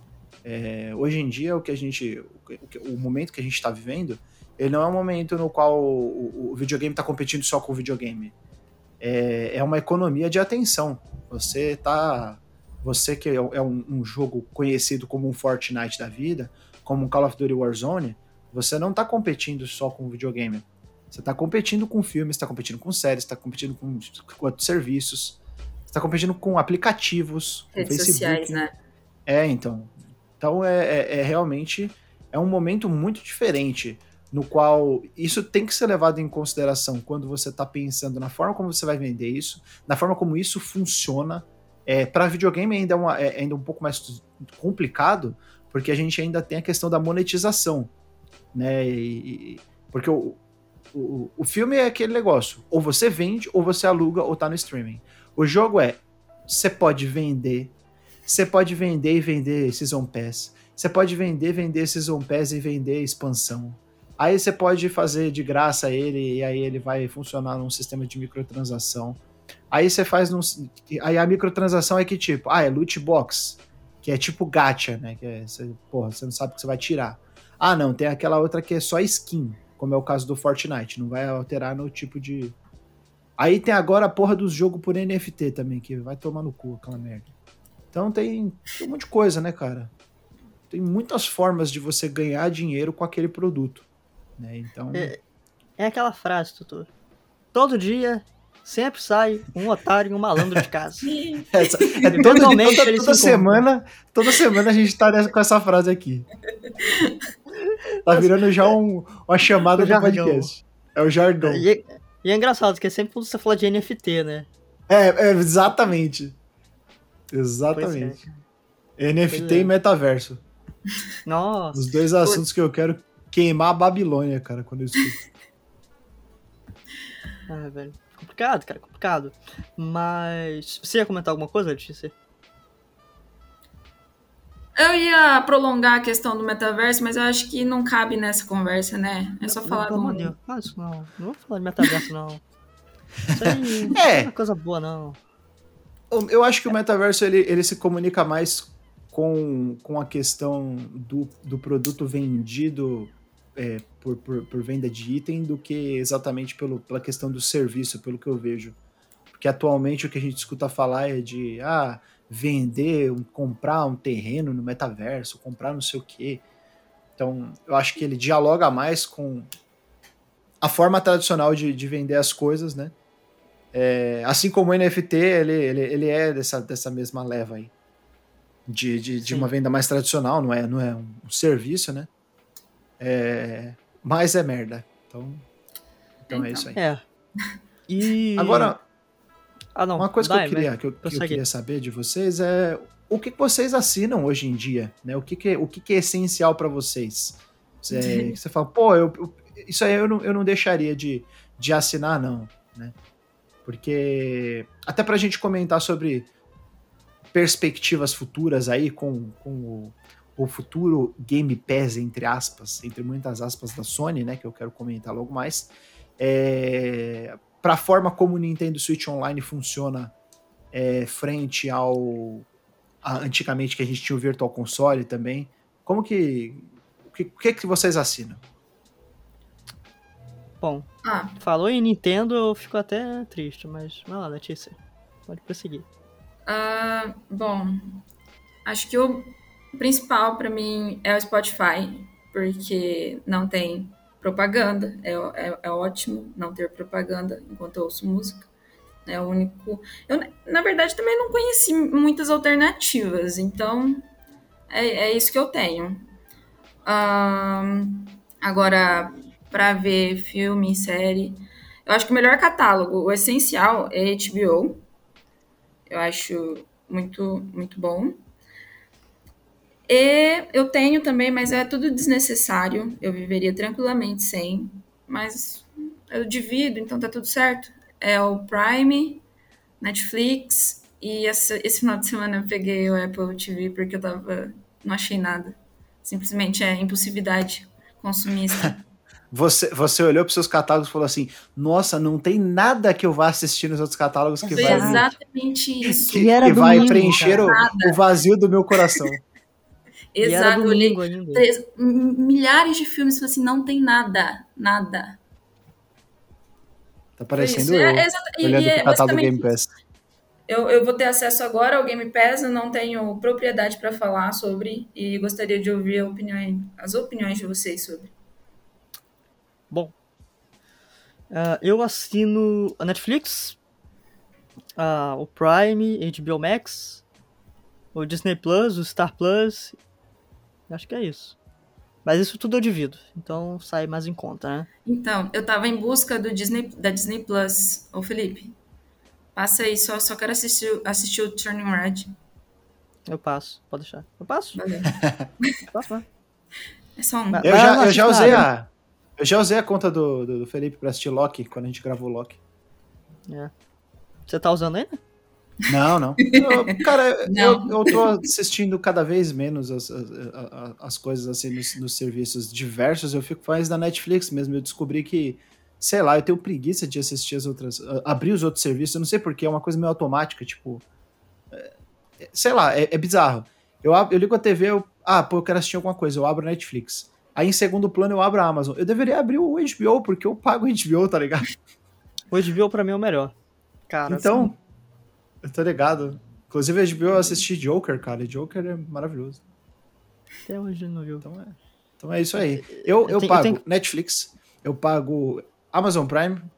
É, hoje em dia, o que a gente, o, o momento que a gente está vivendo, ele não é um momento no qual o, o videogame está competindo só com o videogame. É, é uma economia de atenção. Você tá, você que é, é um, um jogo conhecido como um Fortnite da vida, como um Call of Duty Warzone, você não está competindo só com o videogame. Você está competindo com filmes, está competindo com séries, está competindo com, com outros serviços, está competindo com aplicativos, com Redes Facebook. sociais, né? É, então. Então é, é, é realmente é um momento muito diferente no qual isso tem que ser levado em consideração quando você está pensando na forma como você vai vender isso, na forma como isso funciona. É, para videogame ainda é, uma, é ainda um pouco mais complicado, porque a gente ainda tem a questão da monetização, né? E, porque o, o, o filme é aquele negócio, ou você vende, ou você aluga, ou tá no streaming. O jogo é, você pode vender, você pode vender e vender Season Pass, você pode vender, vender Season Pass e vender expansão. Aí você pode fazer de graça ele, e aí ele vai funcionar num sistema de microtransação. Aí você faz num... Aí a microtransação é que tipo, ah, é loot box, que é tipo gacha, né? Que é, você, porra, você não sabe o que você vai tirar. Ah, não, tem aquela outra que é só skin, como é o caso do Fortnite, não vai alterar no tipo de... Aí tem agora a porra dos jogos por N F T também, que vai tomar no cu aquela merda. Então tem, tem um monte de coisa, né, cara? Tem muitas formas de você ganhar dinheiro com aquele produto, né? Então... É, é aquela frase, Tutu. Todo dia sempre sai um otário e um malandro de casa. Essa, é toda, Eventualmente toda, eles toda se semana, toda semana a gente tá nessa- com essa frase aqui. Tá virando já um- uma chamada O do jargão. podcast. É o jargão. E, é- e é engraçado, porque sempre quando você fala de N F T, né? É, é, exatamente. Pois Exatamente. é. N F T Pois é. e metaverso. Nossa. Os dois assuntos que eu quero queimar a Babilônia, cara, quando eu escuto. Ah, velho. Complicado, cara, complicado. Mas. Você ia comentar alguma coisa, Letícia? Eu ia prolongar a questão do metaverso, mas eu acho que não cabe nessa conversa, né? É só Não, falar pelo amor de do... Deus. Fala isso não. Não vou falar de metaverso, não. Isso aí não É. é uma coisa boa, não. Eu- Eu acho que o metaverso ele, ele se comunica mais com, com a questão do, do produto vendido é, por, por, por venda de item do que exatamente pelo, pela questão do serviço, pelo que eu vejo. Porque atualmente o que a gente escuta falar é de ah, vender, um- comprar um terreno no metaverso, comprar não sei o quê. Então, eu acho que ele dialoga mais com a forma tradicional de, de vender as coisas, né? É, assim como o N F T, ele, ele, ele é dessa, dessa mesma leva aí. De, de, de Sim. uma venda mais tradicional, não é, não é um, um serviço, né? É, mas é merda. Então, então é Então. isso aí. É. E. Agora, Ah, não. uma coisa vai, que eu queria, vai. que eu, que eu Prossegue. queria saber de vocês é o que, que vocês assinam hoje em dia, né? O que, que, o que, que é essencial para vocês? Você, você fala, pô, eu, eu- isso aí eu não, eu não deixaria de, de assinar, não, né? Porque até pra gente comentar sobre perspectivas futuras aí com, com o, o futuro Game Pass, entre aspas, entre muitas aspas da Sony, né, que eu quero comentar logo mais, é, para a forma como o Nintendo Switch Online funciona é, frente ao a- antigamente que a gente tinha o Virtual Console também, como que o que, o que que vocês assinam? Bom, Ah, falou em Nintendo, eu fico até triste, mas vai lá, Letícia. Pode prosseguir. ah, bom, acho que o principal pra mim é o Spotify, porque não tem propaganda, é, é, é ótimo não ter propaganda enquanto eu ouço música. É o único. Eu, na verdade, também não conheci muitas alternativas, então é, é isso que eu tenho. Ahn, agora, pra ver filme, série, eu acho que o melhor catálogo, o essencial, é H B O. Eu acho muito, muito bom. E eu tenho também, mas é tudo desnecessário. Eu viveria tranquilamente sem. Mas eu divido, então tá tudo certo. É o Prime, Netflix. E essa- esse final de semana eu peguei o Apple T V porque eu tava. Não achei nada. Simplesmente é impulsividade consumista. Você, você olhou para seus catálogos e falou assim: Nossa, não tem nada que eu vá assistir nos outros catálogos que Foi vai, me- exatamente isso. que, E era que vai domingo, preencher o, cara. o vazio do meu coração. E era Exato, eu olhei domingo ainda. três- m- milhares de filmes e falei assim: não tem nada, nada. Tá Foi parecendo isso. eu, É, é exata- e, olhando e pro é catálogo do basicamente Game isso. Pass. Eu, eu vou ter acesso agora ao Game Pass, eu não tenho propriedade para falar sobre e gostaria de ouvir a opinião, as opiniões de vocês sobre. Bom, ah, eu assino a Netflix, ah, o Prime, H B O Max, o Disney Plus, o Star Plus. Acho que é isso. Mas isso tudo eu divido, então sai mais em conta, né? Então, eu tava em busca do Disney, da Disney Plus. Ô, Felipe, passa aí, só, só quero assistir, assistir o Turning Red. Eu passo, pode deixar. Eu passo, Valeu. eu passo, né? É só um. Mas- Eu mas já, não eu já assisto usei nada. a. Eu já usei a conta do, do, do Felipe pra assistir Loki, quando a gente gravou Loki. É. Você tá usando ainda? Não, não. Eu- cara, Não. Eu, eu tô assistindo cada vez menos as, as, as- as coisas assim nos, nos serviços diversos. Eu fico mais na Netflix mesmo. Eu descobri que, sei lá, eu tenho preguiça de assistir as outras. a- abrir os outros serviços. Eu não sei porquê, é uma coisa meio automática. Tipo, é, é- sei lá, é, é bizarro. Eu, ab- eu ligo a T V, eu, ah, pô, eu quero assistir alguma coisa. Eu abro a Netflix. Aí em segundo plano eu abro a Amazon. Eu deveria abrir o H B O, porque eu pago o H B O, tá ligado? O H B O pra mim é o melhor. Cara, Então, eu tô ligado. Inclusive, a H B O eu assisti Joker, cara. E Joker é maravilhoso. até hoje não viu. Então é, então é isso aí. Eu, eu Eu tenho- eu pago tenho- Netflix, eu pago Amazon Prime,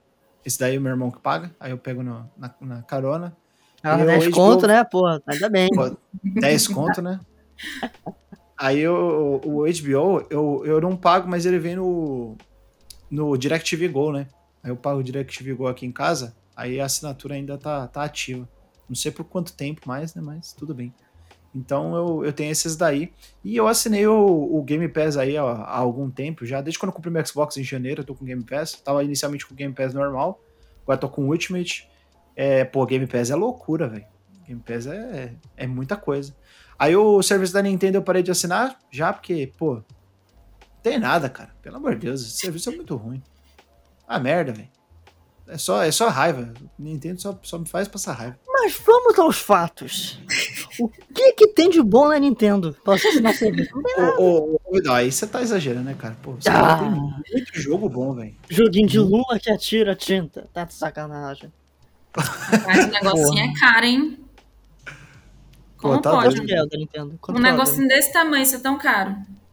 Esse daí é o meu irmão que paga, aí eu pego no, na, na carona. Ah, E o dez H B O conto, né, porra? Ainda bem. Pô, dez conto, né? Aí o, o H B O, eu, eu não pago, mas ele vem no, no DirecTV Go, né? Aí eu pago o DirecTV Go aqui em casa, aí a assinatura ainda tá, tá ativa. Não sei por quanto tempo mais, né? Mas tudo bem. Então eu, eu tenho esses daí. E eu assinei o, o Game Pass aí ó, há algum tempo já. Desde quando eu comprei meu Xbox em janeiro, eu tô com o Game Pass. Tava inicialmente com o Game Pass normal. Agora tô com o Ultimate. É, pô, Game Pass é loucura, velho. Game Pass é, é muita coisa. Aí o serviço da Nintendo eu parei de assinar já, porque, pô, não tem nada, cara. Pelo amor de Deus, esse serviço é muito ruim. Ah, merda, velho. É só, é só raiva. Nintendo só, só me faz passar raiva. Mas vamos aos fatos. O que que tem de bom na Nintendo? Pra você assinar serviço? Não tem nada. Ô, ô, ô, aí você tá exagerando, né, cara? Pô, você Ah. tem muito jogo bom, velho. Joguinho de lula que atira tinta. Tá de sacanagem. Mas o negocinho é caro, hein? Como Pô, tá pode? Quanto que é o da Nintendo? Quanto Um que é o da negocinho desse tamanho ser tão caro.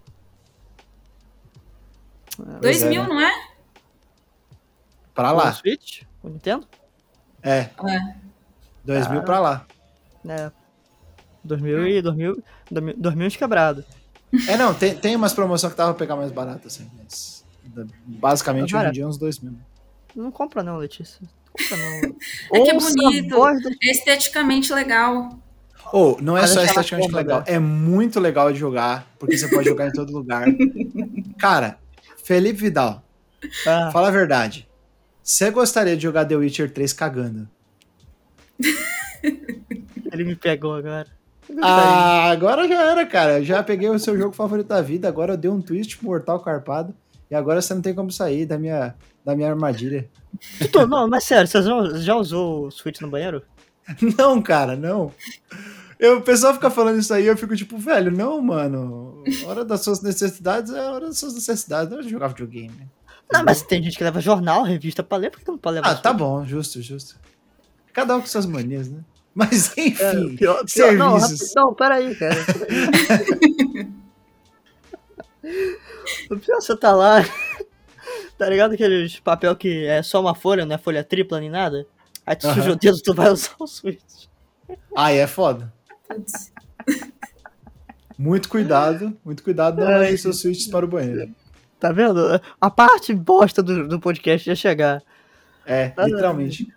Nintendo? Dois é, mil, né? não é? Pra O lá. Switch? O Nintendo? É, É. dois mil Cara. pra lá. É. dois mil e dois mil, dois mil quebrado. É, não, tem, tem umas promoções que tava pra pegar mais barato, assim. Mas basicamente Tá hoje em barato. dia é uns dois mil. Não compra não, Letícia. Não compra não. É que é Ouça a bonito, voz do- é esteticamente legal. Ou, não é Vai só deixar na esteticamente forma, legal, né? é muito legal de jogar, porque você pode jogar em todo lugar. Cara, Felipe Vidal, Ah, fala a verdade. Você gostaria de jogar The Witcher três cagando? ele me pegou agora. Eu gostaria. Ah, agora já era, cara. Eu já peguei o seu jogo favorito da vida, agora eu dei um twist mortal carpado, e agora você não tem como sair da minha, da minha armadilha. Tutu, não, mas sério, você já, já usou o Switch no banheiro? Não, cara, não. Eu, o pessoal fica falando isso aí, eu fico tipo, velho, não, mano. Hora das suas necessidades é a hora das suas necessidades, não é de jogar videogame. Né? Não, mas tem gente que leva jornal, revista pra ler, por que não pode levar Ah, tá Switch? bom, justo, justo. Cada um com suas manias, né? Mas enfim, É, pior, pior, não, serviços. rapi- não, peraí, cara. O pior você tá lá, tá ligado aqueles papel que é só uma folha, não é folha tripla nem nada? Aí tu Aham. suja o dedo, tu vai usar o Switch. Ai, é foda. Putz. Muito cuidado, muito cuidado, não Ai, leve seus switches para o banheiro. Tá vendo? A parte bosta do, do podcast ia chegar. É, literalmente.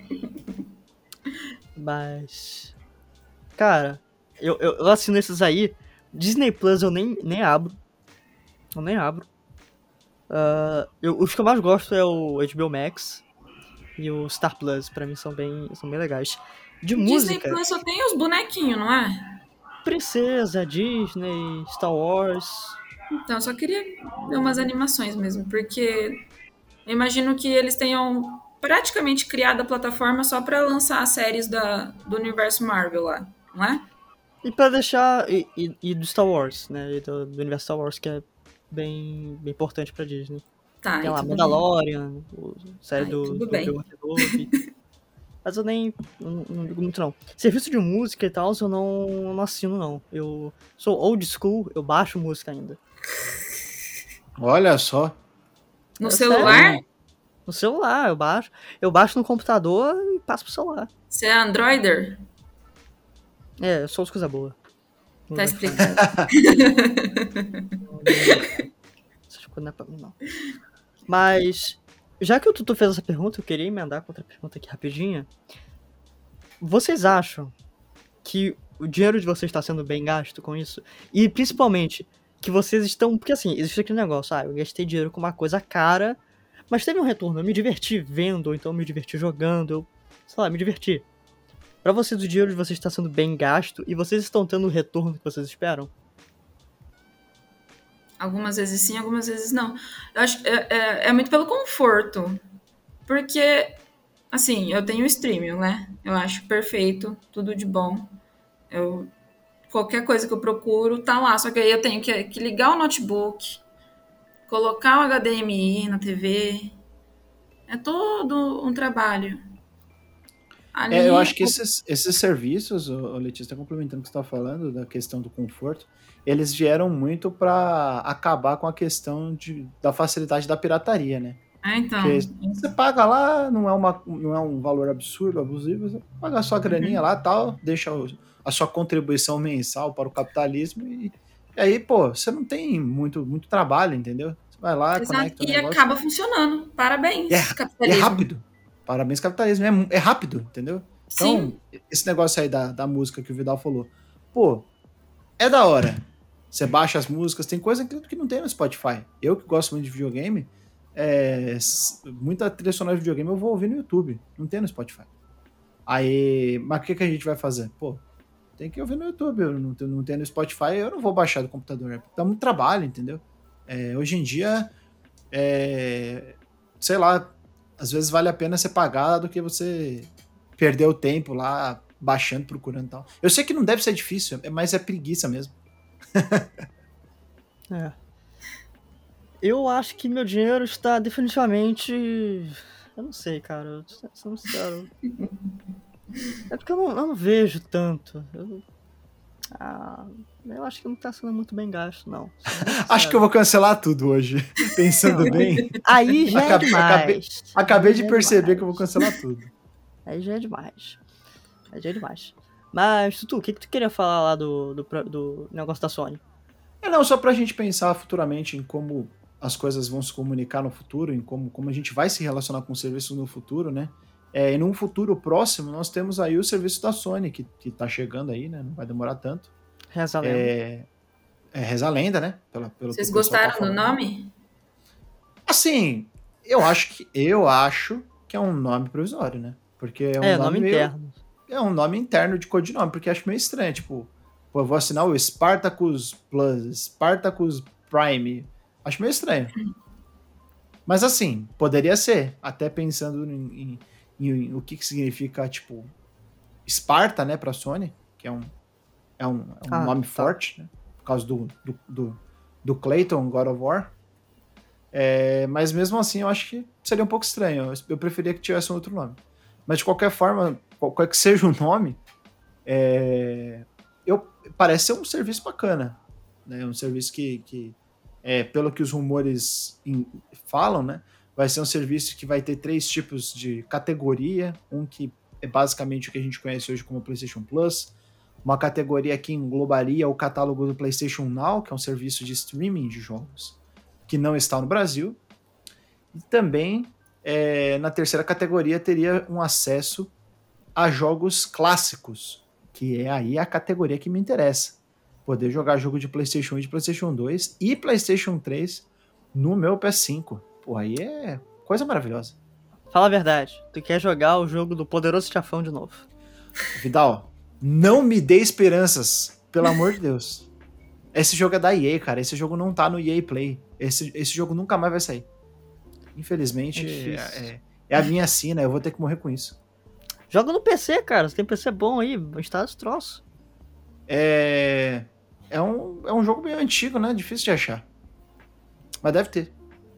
Mas. Cara, eu, eu, eu assino esses aí. Disney Plus eu nem, nem abro. Eu nem abro. Ah, eu, os que eu mais gosto é o H B O Max e o Star Plus. Pra mim são bem, são bem legais. De Disney música, Plus só tem os bonequinhos, não é? Princesa, Disney, Star Wars. Então, eu só queria ver umas animações mesmo, porque eu imagino que eles tenham praticamente criado a plataforma só pra lançar as séries da, do universo Marvel lá, não é? E pra deixar. E, e, e do Star Wars, né? E do, do universo Star Wars, que é bem, bem importante pra Disney. Tá, Tem aí lá tudo Mandalorian, o série Ai, do, tudo do bem. Obi-Wan Kenobi. Mas eu nem. Não, não ligo muito, não. Serviço de música e tal, eu não, não assino, não. Eu sou old school, eu baixo música ainda. Olha só. bem. No É celular, sério. No celular, eu baixo. Eu baixo no computador e passo pro celular. você é Androider? É, eu sou os coisa boa. Não Tá gosto de explicado. essas coisas não é pra mim, não. Mas, já que o Tutu fez essa pergunta, eu queria emendar com outra pergunta aqui rapidinha. Vocês acham que o dinheiro de vocês está sendo bem gasto com isso? E principalmente, que vocês estão... Porque assim, existe aquele negócio, ah, eu gastei dinheiro com uma coisa cara, mas teve um retorno, eu me diverti vendo, ou então eu me diverti jogando, eu, sei lá, me diverti. Pra vocês, o dinheiro de vocês está sendo bem gasto e vocês estão tendo o retorno que vocês esperam? Algumas vezes sim, algumas vezes não. Eu acho é, é, é muito pelo conforto. Porque, assim, eu tenho streaming, né? Eu acho perfeito, tudo de bom. Eu, qualquer coisa que eu procuro tá lá. Só que aí eu tenho que, que ligar o notebook, colocar o H D M I na T V. É todo um trabalho. Ali, É, eu acho que esses, esses serviços, o Letícia, complementando o que você está falando, da questão do conforto, eles vieram muito para acabar com a questão de, da facilidade da pirataria, né? É, então. Porque você paga lá, não é, uma, não é um valor absurdo, abusivo, você paga a sua graninha Uhum. lá tal, deixa o, a sua contribuição mensal para o capitalismo e, e aí, pô, você não tem muito, muito trabalho, entendeu? Você vai lá, Exato. conecta o E negócio acaba funcionando. e é, Parabéns, e é capitalismo. rápido. Parabéns, capitalismo. É, é rápido, entendeu? Então, Sim, esse negócio aí da, da música que o Vidal falou, pô, é da hora. Você baixa as músicas, tem coisa que, que não tem no Spotify. Eu que gosto muito de videogame, é, muita trilha sonora de videogame eu vou ouvir no YouTube, não tem no Spotify. Aí, mas o que, que a gente vai fazer? Pô, tem que ouvir no YouTube, eu não, não tem no Spotify, eu não vou baixar do computador. Dá muito trabalho, entendeu? É, hoje em dia, é, sei lá, às vezes vale a pena você pagar do que você perder o tempo lá baixando, procurando e tal. Eu sei que não deve ser difícil, mas é preguiça mesmo. É. Eu acho que meu dinheiro está definitivamente. Eu não sei, cara. Eu tô sendo sincero. É porque eu não, eu não vejo tanto. Eu, ah, eu acho que não tá sendo muito bem gasto, não. Sendo bem Acho que eu sincero. vou cancelar tudo hoje. Pensando Não, bem, aí já é acabei, acabei, demais. acabei Aí de já é perceber que eu vou demais. cancelar tudo. Aí já é demais. Aí já é demais. Mas, Tutu, o que, que tu queria falar lá do, do, pro- do negócio da Sony? É não, só pra gente pensar futuramente em como as coisas vão se comunicar no futuro, em como, como a gente vai se relacionar com o serviço no futuro, né? É, e num futuro próximo, nós temos aí o serviço da Sony, que, que tá chegando aí, né? Não vai demorar tanto. Reza a lenda. É, é reza a lenda, né? Pelo, pelo que o vocês pessoal tá gostaram do falando. nome? Assim, eu acho que eu acho que é um nome provisório, né? Porque é um É, nome nome meio interno. é um nome interno de codinome, porque acho meio estranho, tipo, pô, eu vou assinar o Spartacus Plus, Spartacus Prime. Acho meio estranho. Mas assim, poderia ser, até pensando em, em, em o que, que significa, tipo, Sparta, né, pra Sony, que é um, é um, é um Ah, nome tá. forte, né, por causa do, do, do, do Clayton, God of War. É, mas mesmo assim, eu acho que seria um pouco estranho. Eu, eu preferia que tivesse um outro nome. Mas de qualquer forma, qualquer que seja o nome, é, eu, parece ser um serviço bacana. Né? Um serviço que, que é, pelo que os rumores in, falam, né? Vai ser um serviço que vai ter três tipos de categoria. Um que é basicamente o que a gente conhece hoje como PlayStation Plus. Uma categoria que englobaria o catálogo do PlayStation Now, que é um serviço de streaming de jogos, que não está no Brasil. E também, é, na terceira categoria, teria um acesso a jogos clássicos, que é aí a categoria que me interessa. Poder jogar jogo de PlayStation um e de PlayStation dois e PlayStation três no meu P S cinco. Pô, aí é coisa maravilhosa. Fala a verdade. Tu quer jogar o jogo do Poderoso Chefão de novo? Vidal, não me dê esperanças, pelo amor de Deus. Esse jogo é da E A, cara. Esse jogo não tá no E A Play. Esse, esse jogo nunca mais vai sair. Infelizmente, É é, difícil. é, é a minha sina. Eu vou ter que morrer com isso. Joga no P C, cara. Você tem P C bom aí. Instala esse troço. É, é, um, é um jogo meio antigo, né? Difícil de achar. Mas deve ter.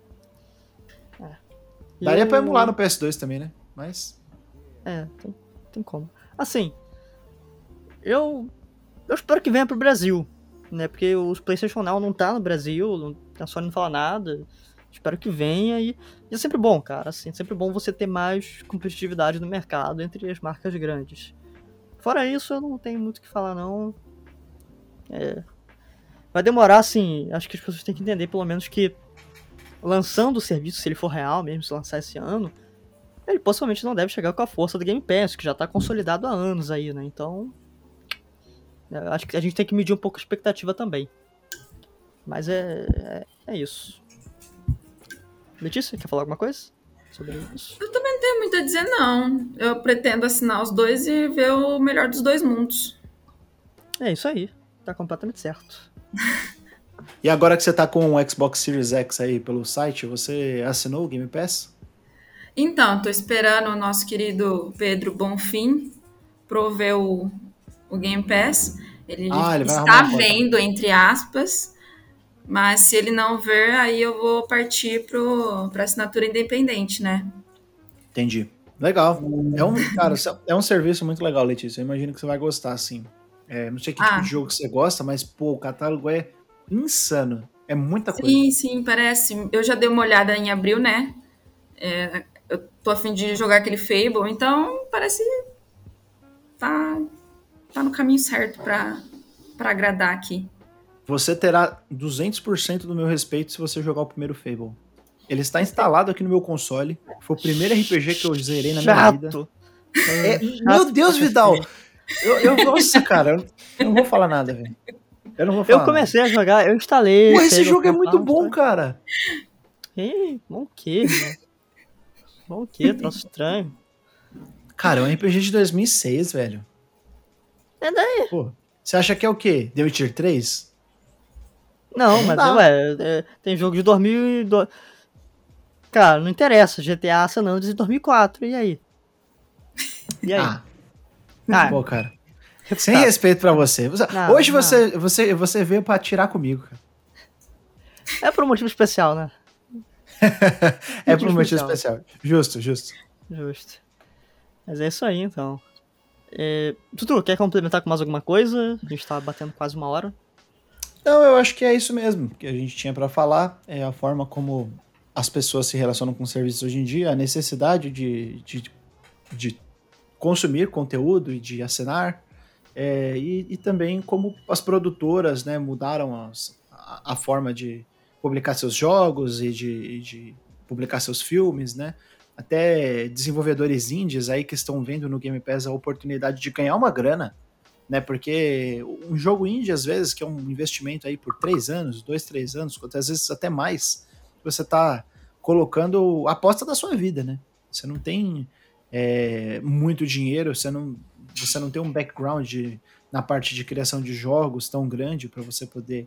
Daria pra emular Eu... no P S dois também, né? Mas. É, tem, tem como. Assim, eu... Eu espero que venha pro Brasil, né? Porque os PlayStation Now não tá no Brasil, não, a Sony não fala nada. Espero que venha e, e é sempre bom, cara. Assim, é sempre bom você ter mais competitividade no mercado entre as marcas grandes. Fora isso, eu não tenho muito o que falar, não. É, vai demorar, assim. Acho que as pessoas têm que entender, pelo menos, que lançando o serviço, se ele for real mesmo, se lançar esse ano, ele possivelmente não deve chegar com a força do Game Pass, que já tá consolidado há anos aí, né? Então, é, acho que a gente tem que medir um pouco a expectativa também. Mas é, é, é isso. Letícia, quer falar alguma coisa sobre isso? Eu também não tenho muito a dizer, não. Eu pretendo assinar os dois e ver o melhor dos dois mundos. É isso aí. Tá completamente certo. E agora que você tá com o Xbox Series X aí pelo site, você assinou o Game Pass? Então, tô esperando o nosso querido Pedro Bonfim prover o, o Game Pass. Ele Ah, ele vai arrumar está um código. vendo, entre aspas, mas se ele não ver, aí eu vou partir para assinatura independente, né? Entendi. Legal. É um, cara, é um serviço muito legal, Letícia. Eu imagino que você vai gostar, sim. É, não sei que tipo de Ah, jogo que você gosta, mas, pô, o catálogo é insano. É muita coisa. sim, sim, parece. Eu já dei uma olhada em abril, né? É, eu tô a fim de jogar aquele Fable, então parece tá, tá no caminho certo pra, pra agradar aqui. Você terá duzentos por cento do meu respeito se você jogar o primeiro Fable. Ele está instalado aqui no meu console. Foi o primeiro R P G que eu zerei na minha vida. Chato. É, Chato meu Deus, pra Vidal! cacete. Eu, eu, nossa, cara, eu, eu não vou falar nada, velho. Eu não vou falar Eu comecei a jogar, eu instalei. nada. Pô, esse Fable jogo é com muito calma, bom, tá? cara. Ih, bom o quê, irmão? Bom o quê? Troço estranho. Cara, é um R P G de dois mil e seis, velho. É daí. Pô, você acha que é o quê? The Witcher três? Não, Não mas dá. ué, é, tem jogo de dois mil e dois. Cara, não interessa. G T A San Andreas de dois mil e quatro. E aí? E aí? Ah, Ah, pô, cara. Sem refutado. respeito pra você. Você- Não, Hoje não. você, você, você veio pra atirar comigo, cara. É por um motivo especial, né? É por um motivo especial. especial. Justo, justo. Justo. Mas é isso aí, então. É... Tutu, quer complementar com mais alguma coisa? A gente tá batendo quase uma hora. Não, eu acho que é isso mesmo que a gente tinha pra falar. É a forma como as pessoas se relacionam com serviços hoje em dia, a necessidade de, de, de consumir conteúdo e de assinar, é, e, e também como as produtoras, né, mudaram as, a, a forma de publicar seus jogos e de, e de publicar seus filmes, né? Até desenvolvedores indies aí que estão vendo no Game Pass a oportunidade de ganhar uma grana, né? Porque um jogo indie, às vezes, que é um investimento aí por três anos, dois, três anos, às vezes até mais, você tá colocando a aposta da sua vida, né? Você não tem é, muito dinheiro, você não, você não tem um background de, na parte de criação de jogos tão grande para você poder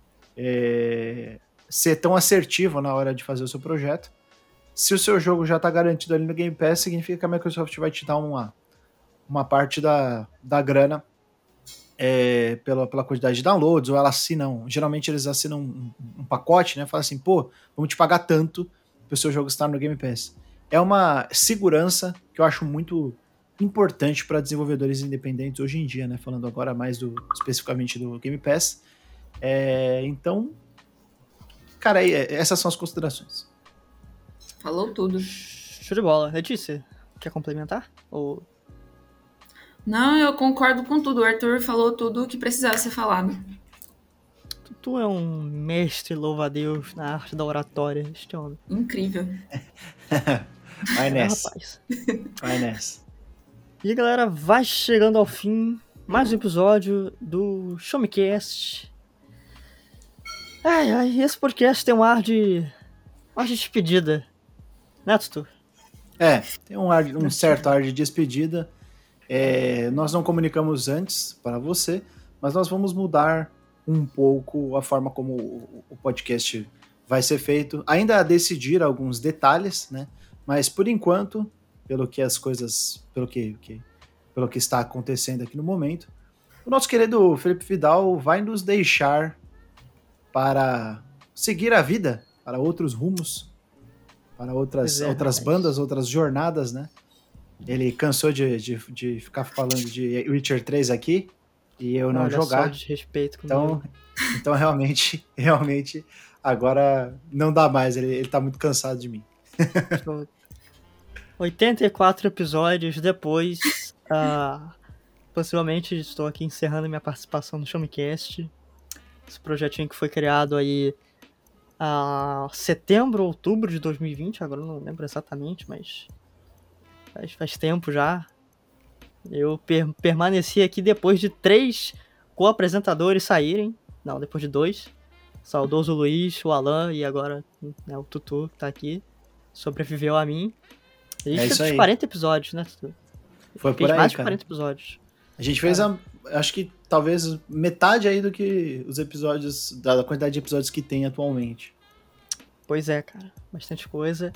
é, ser tão assertivo na hora de fazer o seu projeto. Se o seu jogo já está garantido ali no Game Pass, significa que a Microsoft vai te dar uma, uma parte da, da grana é, pela, pela quantidade de downloads, ou ela assinam, geralmente eles assinam um, um pacote, né? Fala assim, pô, vamos te pagar tanto para o seu jogo estar no Game Pass. É uma segurança que eu acho muito importante para desenvolvedores independentes hoje em dia, né? Falando agora mais do, especificamente do Game Pass. É, então, cara, aí, essas são as considerações. Falou tudo. Show de bola. Letícia, quer complementar? Ou... Não, eu concordo com tudo. O Arthur falou tudo o que precisava ser falado. Tu é um mestre louva-a-Deus na arte da oratória, este homem. Incrível. Vai É, nessa. rapaz. Vai nessa. E galera, vai chegando ao fim mais um episódio do Show Me Cast. Ai, ai, esse podcast tem um ar de... um ar de despedida. Né, Tutu? É, tem um, ar, um certo ar de despedida. É, nós não comunicamos antes para você, mas nós vamos mudar um pouco a forma como o, o podcast vai ser feito. Ainda a decidir alguns detalhes, né? Mas por enquanto, pelo que as coisas, pelo que, que, pelo que está acontecendo aqui no momento, o nosso querido Felipe Vidal vai nos deixar para seguir a vida, para outros rumos, para outras, Pois é, outras rapaz. bandas, outras jornadas, né? Ele cansou de, de, de ficar falando de Witcher três aqui e eu não Olha jogar. só o desrespeito Então, comigo. então realmente, realmente, agora não dá mais. Ele, ele tá muito cansado de mim. Então, oitenta e quatro episódios depois, uh, possivelmente estou aqui encerrando minha participação no Show Me Cast. Esse projetinho que foi criado aí a setembro, outubro de dois mil e vinte, agora eu não lembro exatamente, mas faz, faz tempo já. Eu per- permaneci aqui depois de três co-apresentadores saírem, não, depois de dois. Saudoso Luiz, o Alan e agora, né, o Tutu que tá aqui, sobreviveu a mim. A gente É fez isso uns aí. quarenta episódios, né, Tutu? Foi Fez por aí, mais de cara. quarenta episódios. A gente fez, a, acho que talvez metade aí do que os episódios, da quantidade de episódios que tem atualmente. Pois é, cara, bastante coisa.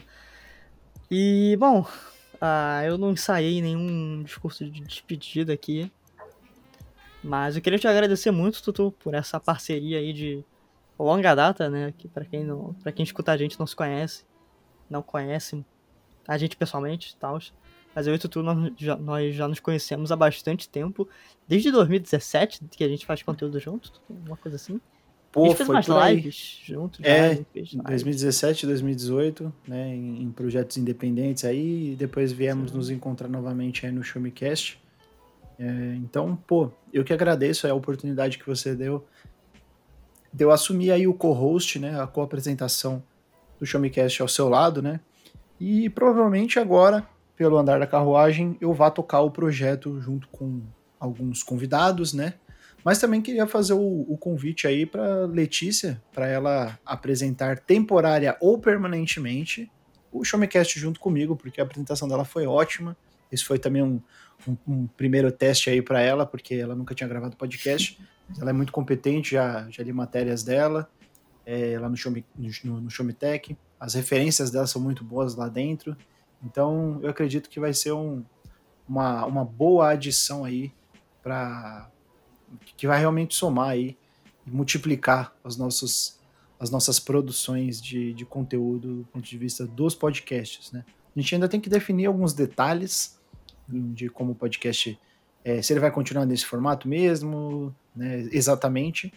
E, bom, ah, eu não ensaiei nenhum discurso de despedida aqui, mas eu queria te agradecer muito, Tutu, por essa parceria aí de longa data, né, que pra quem, não, pra quem escuta a gente não se conhece, não conhece a gente pessoalmente e tal, mas eu e o Tutu, nós já, nós já nos conhecemos há bastante tempo, desde dois mil e dezessete que a gente faz conteúdo junto, uma coisa assim. Pô, a gente fez foi umas por aí. lives juntos. já, É, a gente fez em lives. dois mil e dezessete, dois mil e dezoito, né, em, em projetos independentes aí, e depois viemos Sim. nos encontrar novamente aí no Showmecast. É, então, pô, eu que agradeço a oportunidade que você deu de eu assumir aí o co-host, né, a co-apresentação do Showmecast ao seu lado, né, e provavelmente agora, pelo andar da carruagem, eu vá tocar o projeto junto com alguns convidados, né, mas também queria fazer o, o convite aí para Letícia, para ela apresentar temporária ou permanentemente o Showmecast junto comigo, porque a apresentação dela foi ótima. Esse foi também um, um, um primeiro teste aí para ela, porque ela nunca tinha gravado podcast. Mas ela é muito competente, já, já li matérias dela é, lá no, Show, no, no Showmetech. As referências dela são muito boas lá dentro. Então eu acredito que vai ser um, uma, uma boa adição aí para que vai realmente somar aí e multiplicar os nossos, as nossas produções de, de conteúdo do ponto de vista dos podcasts, né? A gente ainda tem que definir alguns detalhes de como o podcast, é, se ele vai continuar nesse formato mesmo, né, exatamente,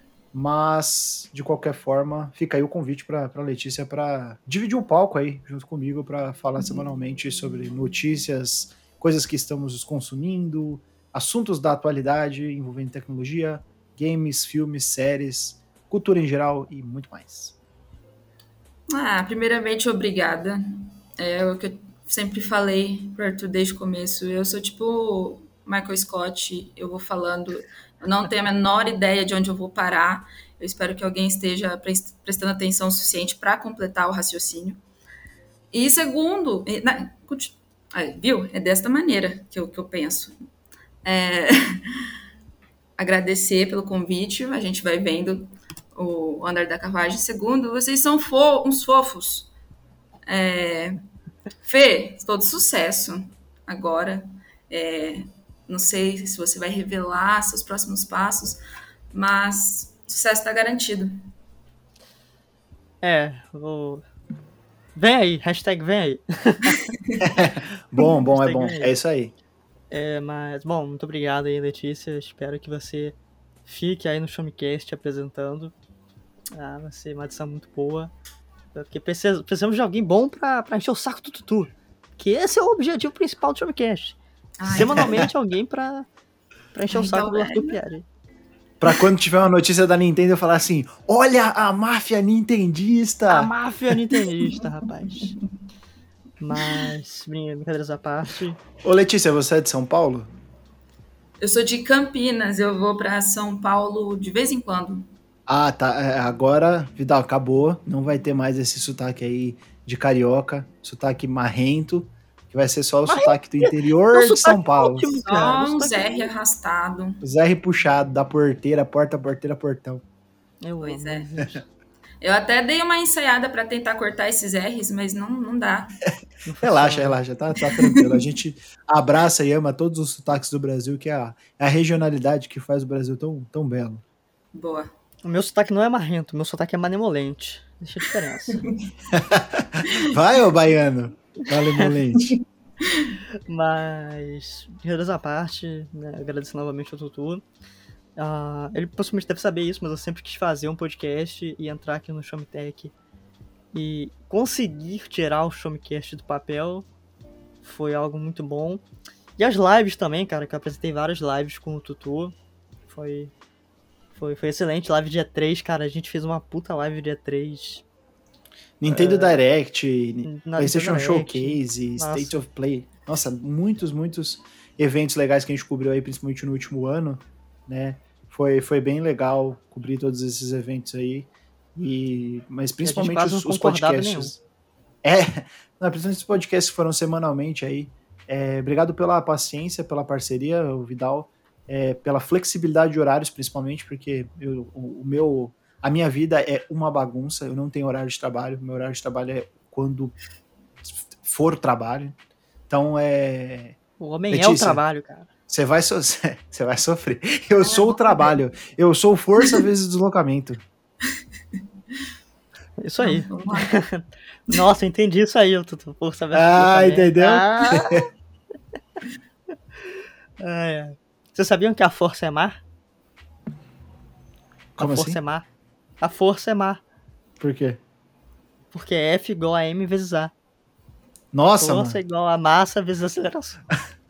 mas de qualquer forma, fica aí o convite para a Letícia para dividir um palco aí junto comigo para falar semanalmente sobre notícias, coisas que estamos consumindo, assuntos da atualidade envolvendo tecnologia, games, filmes, séries, cultura em geral e muito mais. Ah, primeiramente, obrigada. É o que eu sempre falei para Arthur desde o começo. Eu sou tipo Michael Scott, eu vou falando, eu não tenho a menor ideia de onde eu vou parar. Eu espero que alguém esteja prestando atenção o suficiente para completar o raciocínio. E segundo, na, viu? É desta maneira que eu, que eu penso. É, agradecer pelo convite, a gente vai vendo o andar da carruagem. Segundo, vocês são fo uns fofos. É, Fê, todo sucesso agora. É, não sei se você vai revelar seus próximos passos, mas sucesso está garantido. É, vou... Vem aí, hashtag vem aí. Bom, bom, é bom. É isso aí. É, mas, bom, muito obrigado aí, Letícia. Espero que você fique aí no Showmecast apresentando. Ah, vai ser uma edição muito boa. Porque precisa, precisamos de alguém bom pra, pra encher o saco do Tutu. Que esse é o objetivo principal do Showmecast. Ai. Semanalmente alguém pra, pra encher Ai, o saco então do é, Arthur né? Piari. Pra quando tiver uma notícia da Nintendo eu falar assim, olha a máfia nintendista! A máfia nintendista, rapaz. Mas, brincadeiras à parte. Ô Letícia, você é de São Paulo? Eu sou de Campinas, eu vou para São Paulo de vez em quando. Ah, tá. É, agora, Vidal, acabou. Não vai ter mais esse sotaque aí de carioca, sotaque marrento, que vai ser só o Marrento? sotaque do interior Meu de São sotaque Paulo. ótimo, cara. Só Meu um sotaque Z R arrastado. Os R puxado, da porteira, porta, porteira, portão. Eu Pois amo, é. gente. Eu até dei uma ensaiada para tentar cortar esses R's, mas não, não dá. Não Relaxa, funciona. relaxa, tá, tá tranquilo. A gente abraça e ama todos os sotaques do Brasil, que é a, é a regionalidade que faz o Brasil tão, tão belo. Boa. O meu sotaque não é marrento, o meu sotaque é manemolente. Deixa a diferença. Vai, ô baiano! Malemolente. Mas, brincadeiras à parte, né, agradeço novamente ao Tutu. Uh, ele possivelmente deve saber isso, mas eu sempre quis fazer um podcast e entrar aqui no Showmetech e conseguir tirar o Showmecast do papel foi algo muito bom. E as lives também, cara, que eu apresentei várias lives com o Tutu. Foi, foi, foi excelente. Live dia três, cara, a gente fez uma puta live dia três. Nintendo uh, Direct, PlayStation Direct, Showcase, nossa. State of Play. Nossa, muitos, muitos eventos legais que a gente cobriu aí, principalmente no último ano, né? Foi, foi bem legal cobrir todos esses eventos aí. E, mas principalmente os, os podcasts. É, não, principalmente os podcasts que foram semanalmente aí. É, obrigado pela paciência, pela parceria, o Vidal, é, pela flexibilidade de horários, principalmente, porque eu, o, o meu, a minha vida é uma bagunça, eu não tenho horário de trabalho, meu horário de trabalho é quando for trabalho. Então é. O homem Letícia, é o trabalho, cara. Você vai, so... você vai sofrer. Eu sou o trabalho. Eu sou força vezes deslocamento. Isso aí. Nossa, entendi isso aí, Tutu. Força vezes Ah, entendeu? Ah. ah, é. Vocês sabiam que a força é mar? Como a força assim? é mar. A força é má. Por quê? Porque F igual a M vezes A. Nossa, Força mano. igual a massa vezes aceleração.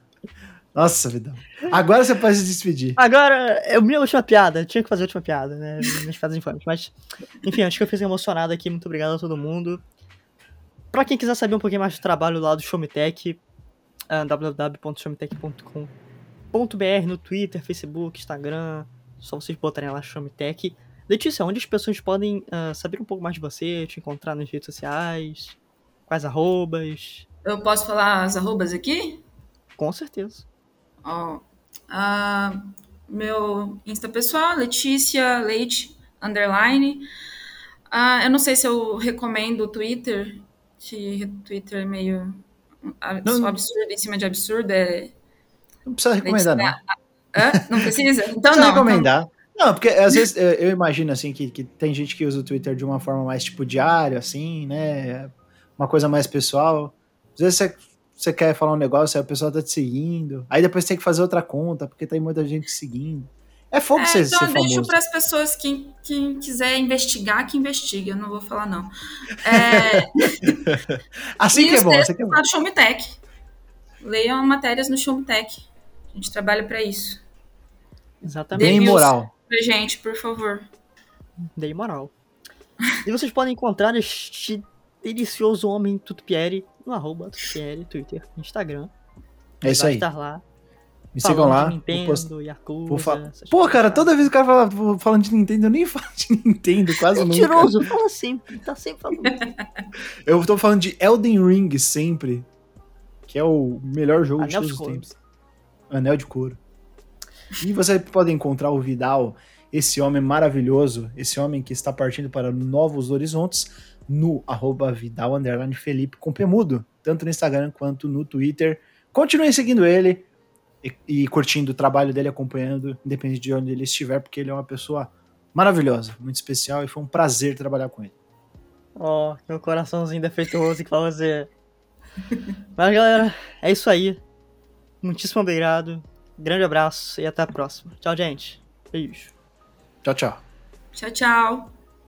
Nossa, Vidal. Agora você pode se despedir. Agora, é a minha última piada. Eu tinha que fazer a última piada, né? Minhas piadas infames. Mas, enfim, acho que eu fiz emocionado aqui. Muito obrigado a todo mundo. Pra quem quiser saber um pouquinho mais do trabalho lá do Show Me Tech, uh, w w w ponto show me tech ponto com ponto b r no Twitter, Facebook, Instagram. Só vocês botarem lá Show Me Tech. Letícia, onde as pessoas podem uh, saber um pouco mais de você, te encontrar nas redes sociais, quais arrobas? Eu posso falar as arrobas aqui? Com certeza. Ó, ah, meu Insta pessoal, Letícia Leite, underline. Ah, eu não sei se eu recomendo o Twitter, que Twitter é meio Não, absurdo em cima de absurdo. É... não precisa recomendar, não. Hã? Não precisa? Então Precisa não. recomendar. Então... Não, porque às vezes eu, eu imagino assim que, que tem gente que usa o Twitter de uma forma mais tipo diário, assim, né? Uma coisa mais pessoal. Às vezes você, você quer falar um negócio, aí a pessoa tá te seguindo. Aí depois tem que fazer outra conta, porque tem muita gente te seguindo. É fogo É, ser, então ser eu deixo famoso. para as pessoas que, quem quiser investigar, que investigue. Eu não vou falar, não. É... assim e que é os bom, assim textos que é bom. lá do Show Me Tech. Leiam matérias no Show Me Tech. A gente trabalha para isso. Exatamente. Bem moral. Pra gente, por favor. Dei moral. E vocês podem encontrar este delicioso homem Tutupieri no arroba Tutupieri, Twitter, Instagram. É isso vai aí. estar lá. Me sigam falando lá. de Nintendo, post... Yakuza, Por fa... essas Pô, coisas, cara, tá? toda vez que o cara fala falando de Nintendo, eu nem falo de Nintendo, quase nunca. Mentiroso, fala sempre, tá sempre falando. Eu tô falando de Elden Ring sempre, que é o melhor jogo Anel de de todos os couro. tempos. Anel de couro. E você pode encontrar o Vidal, esse homem maravilhoso, esse homem que está partindo para novos horizontes, no arroba Vidal underline Felipe com P mudo, tanto no Instagram quanto no Twitter. Continuem seguindo ele e, e curtindo o trabalho dele, acompanhando, independente de onde ele estiver, porque ele é uma pessoa maravilhosa, muito especial, e foi um prazer trabalhar com ele. Ó, oh, meu coraçãozinho defeituoso que fala você. Mas galera, é isso aí. Muitíssimo obrigado. Grande abraço e até a próxima. Tchau, gente. Beijo. Tchau, tchau. Tchau, tchau.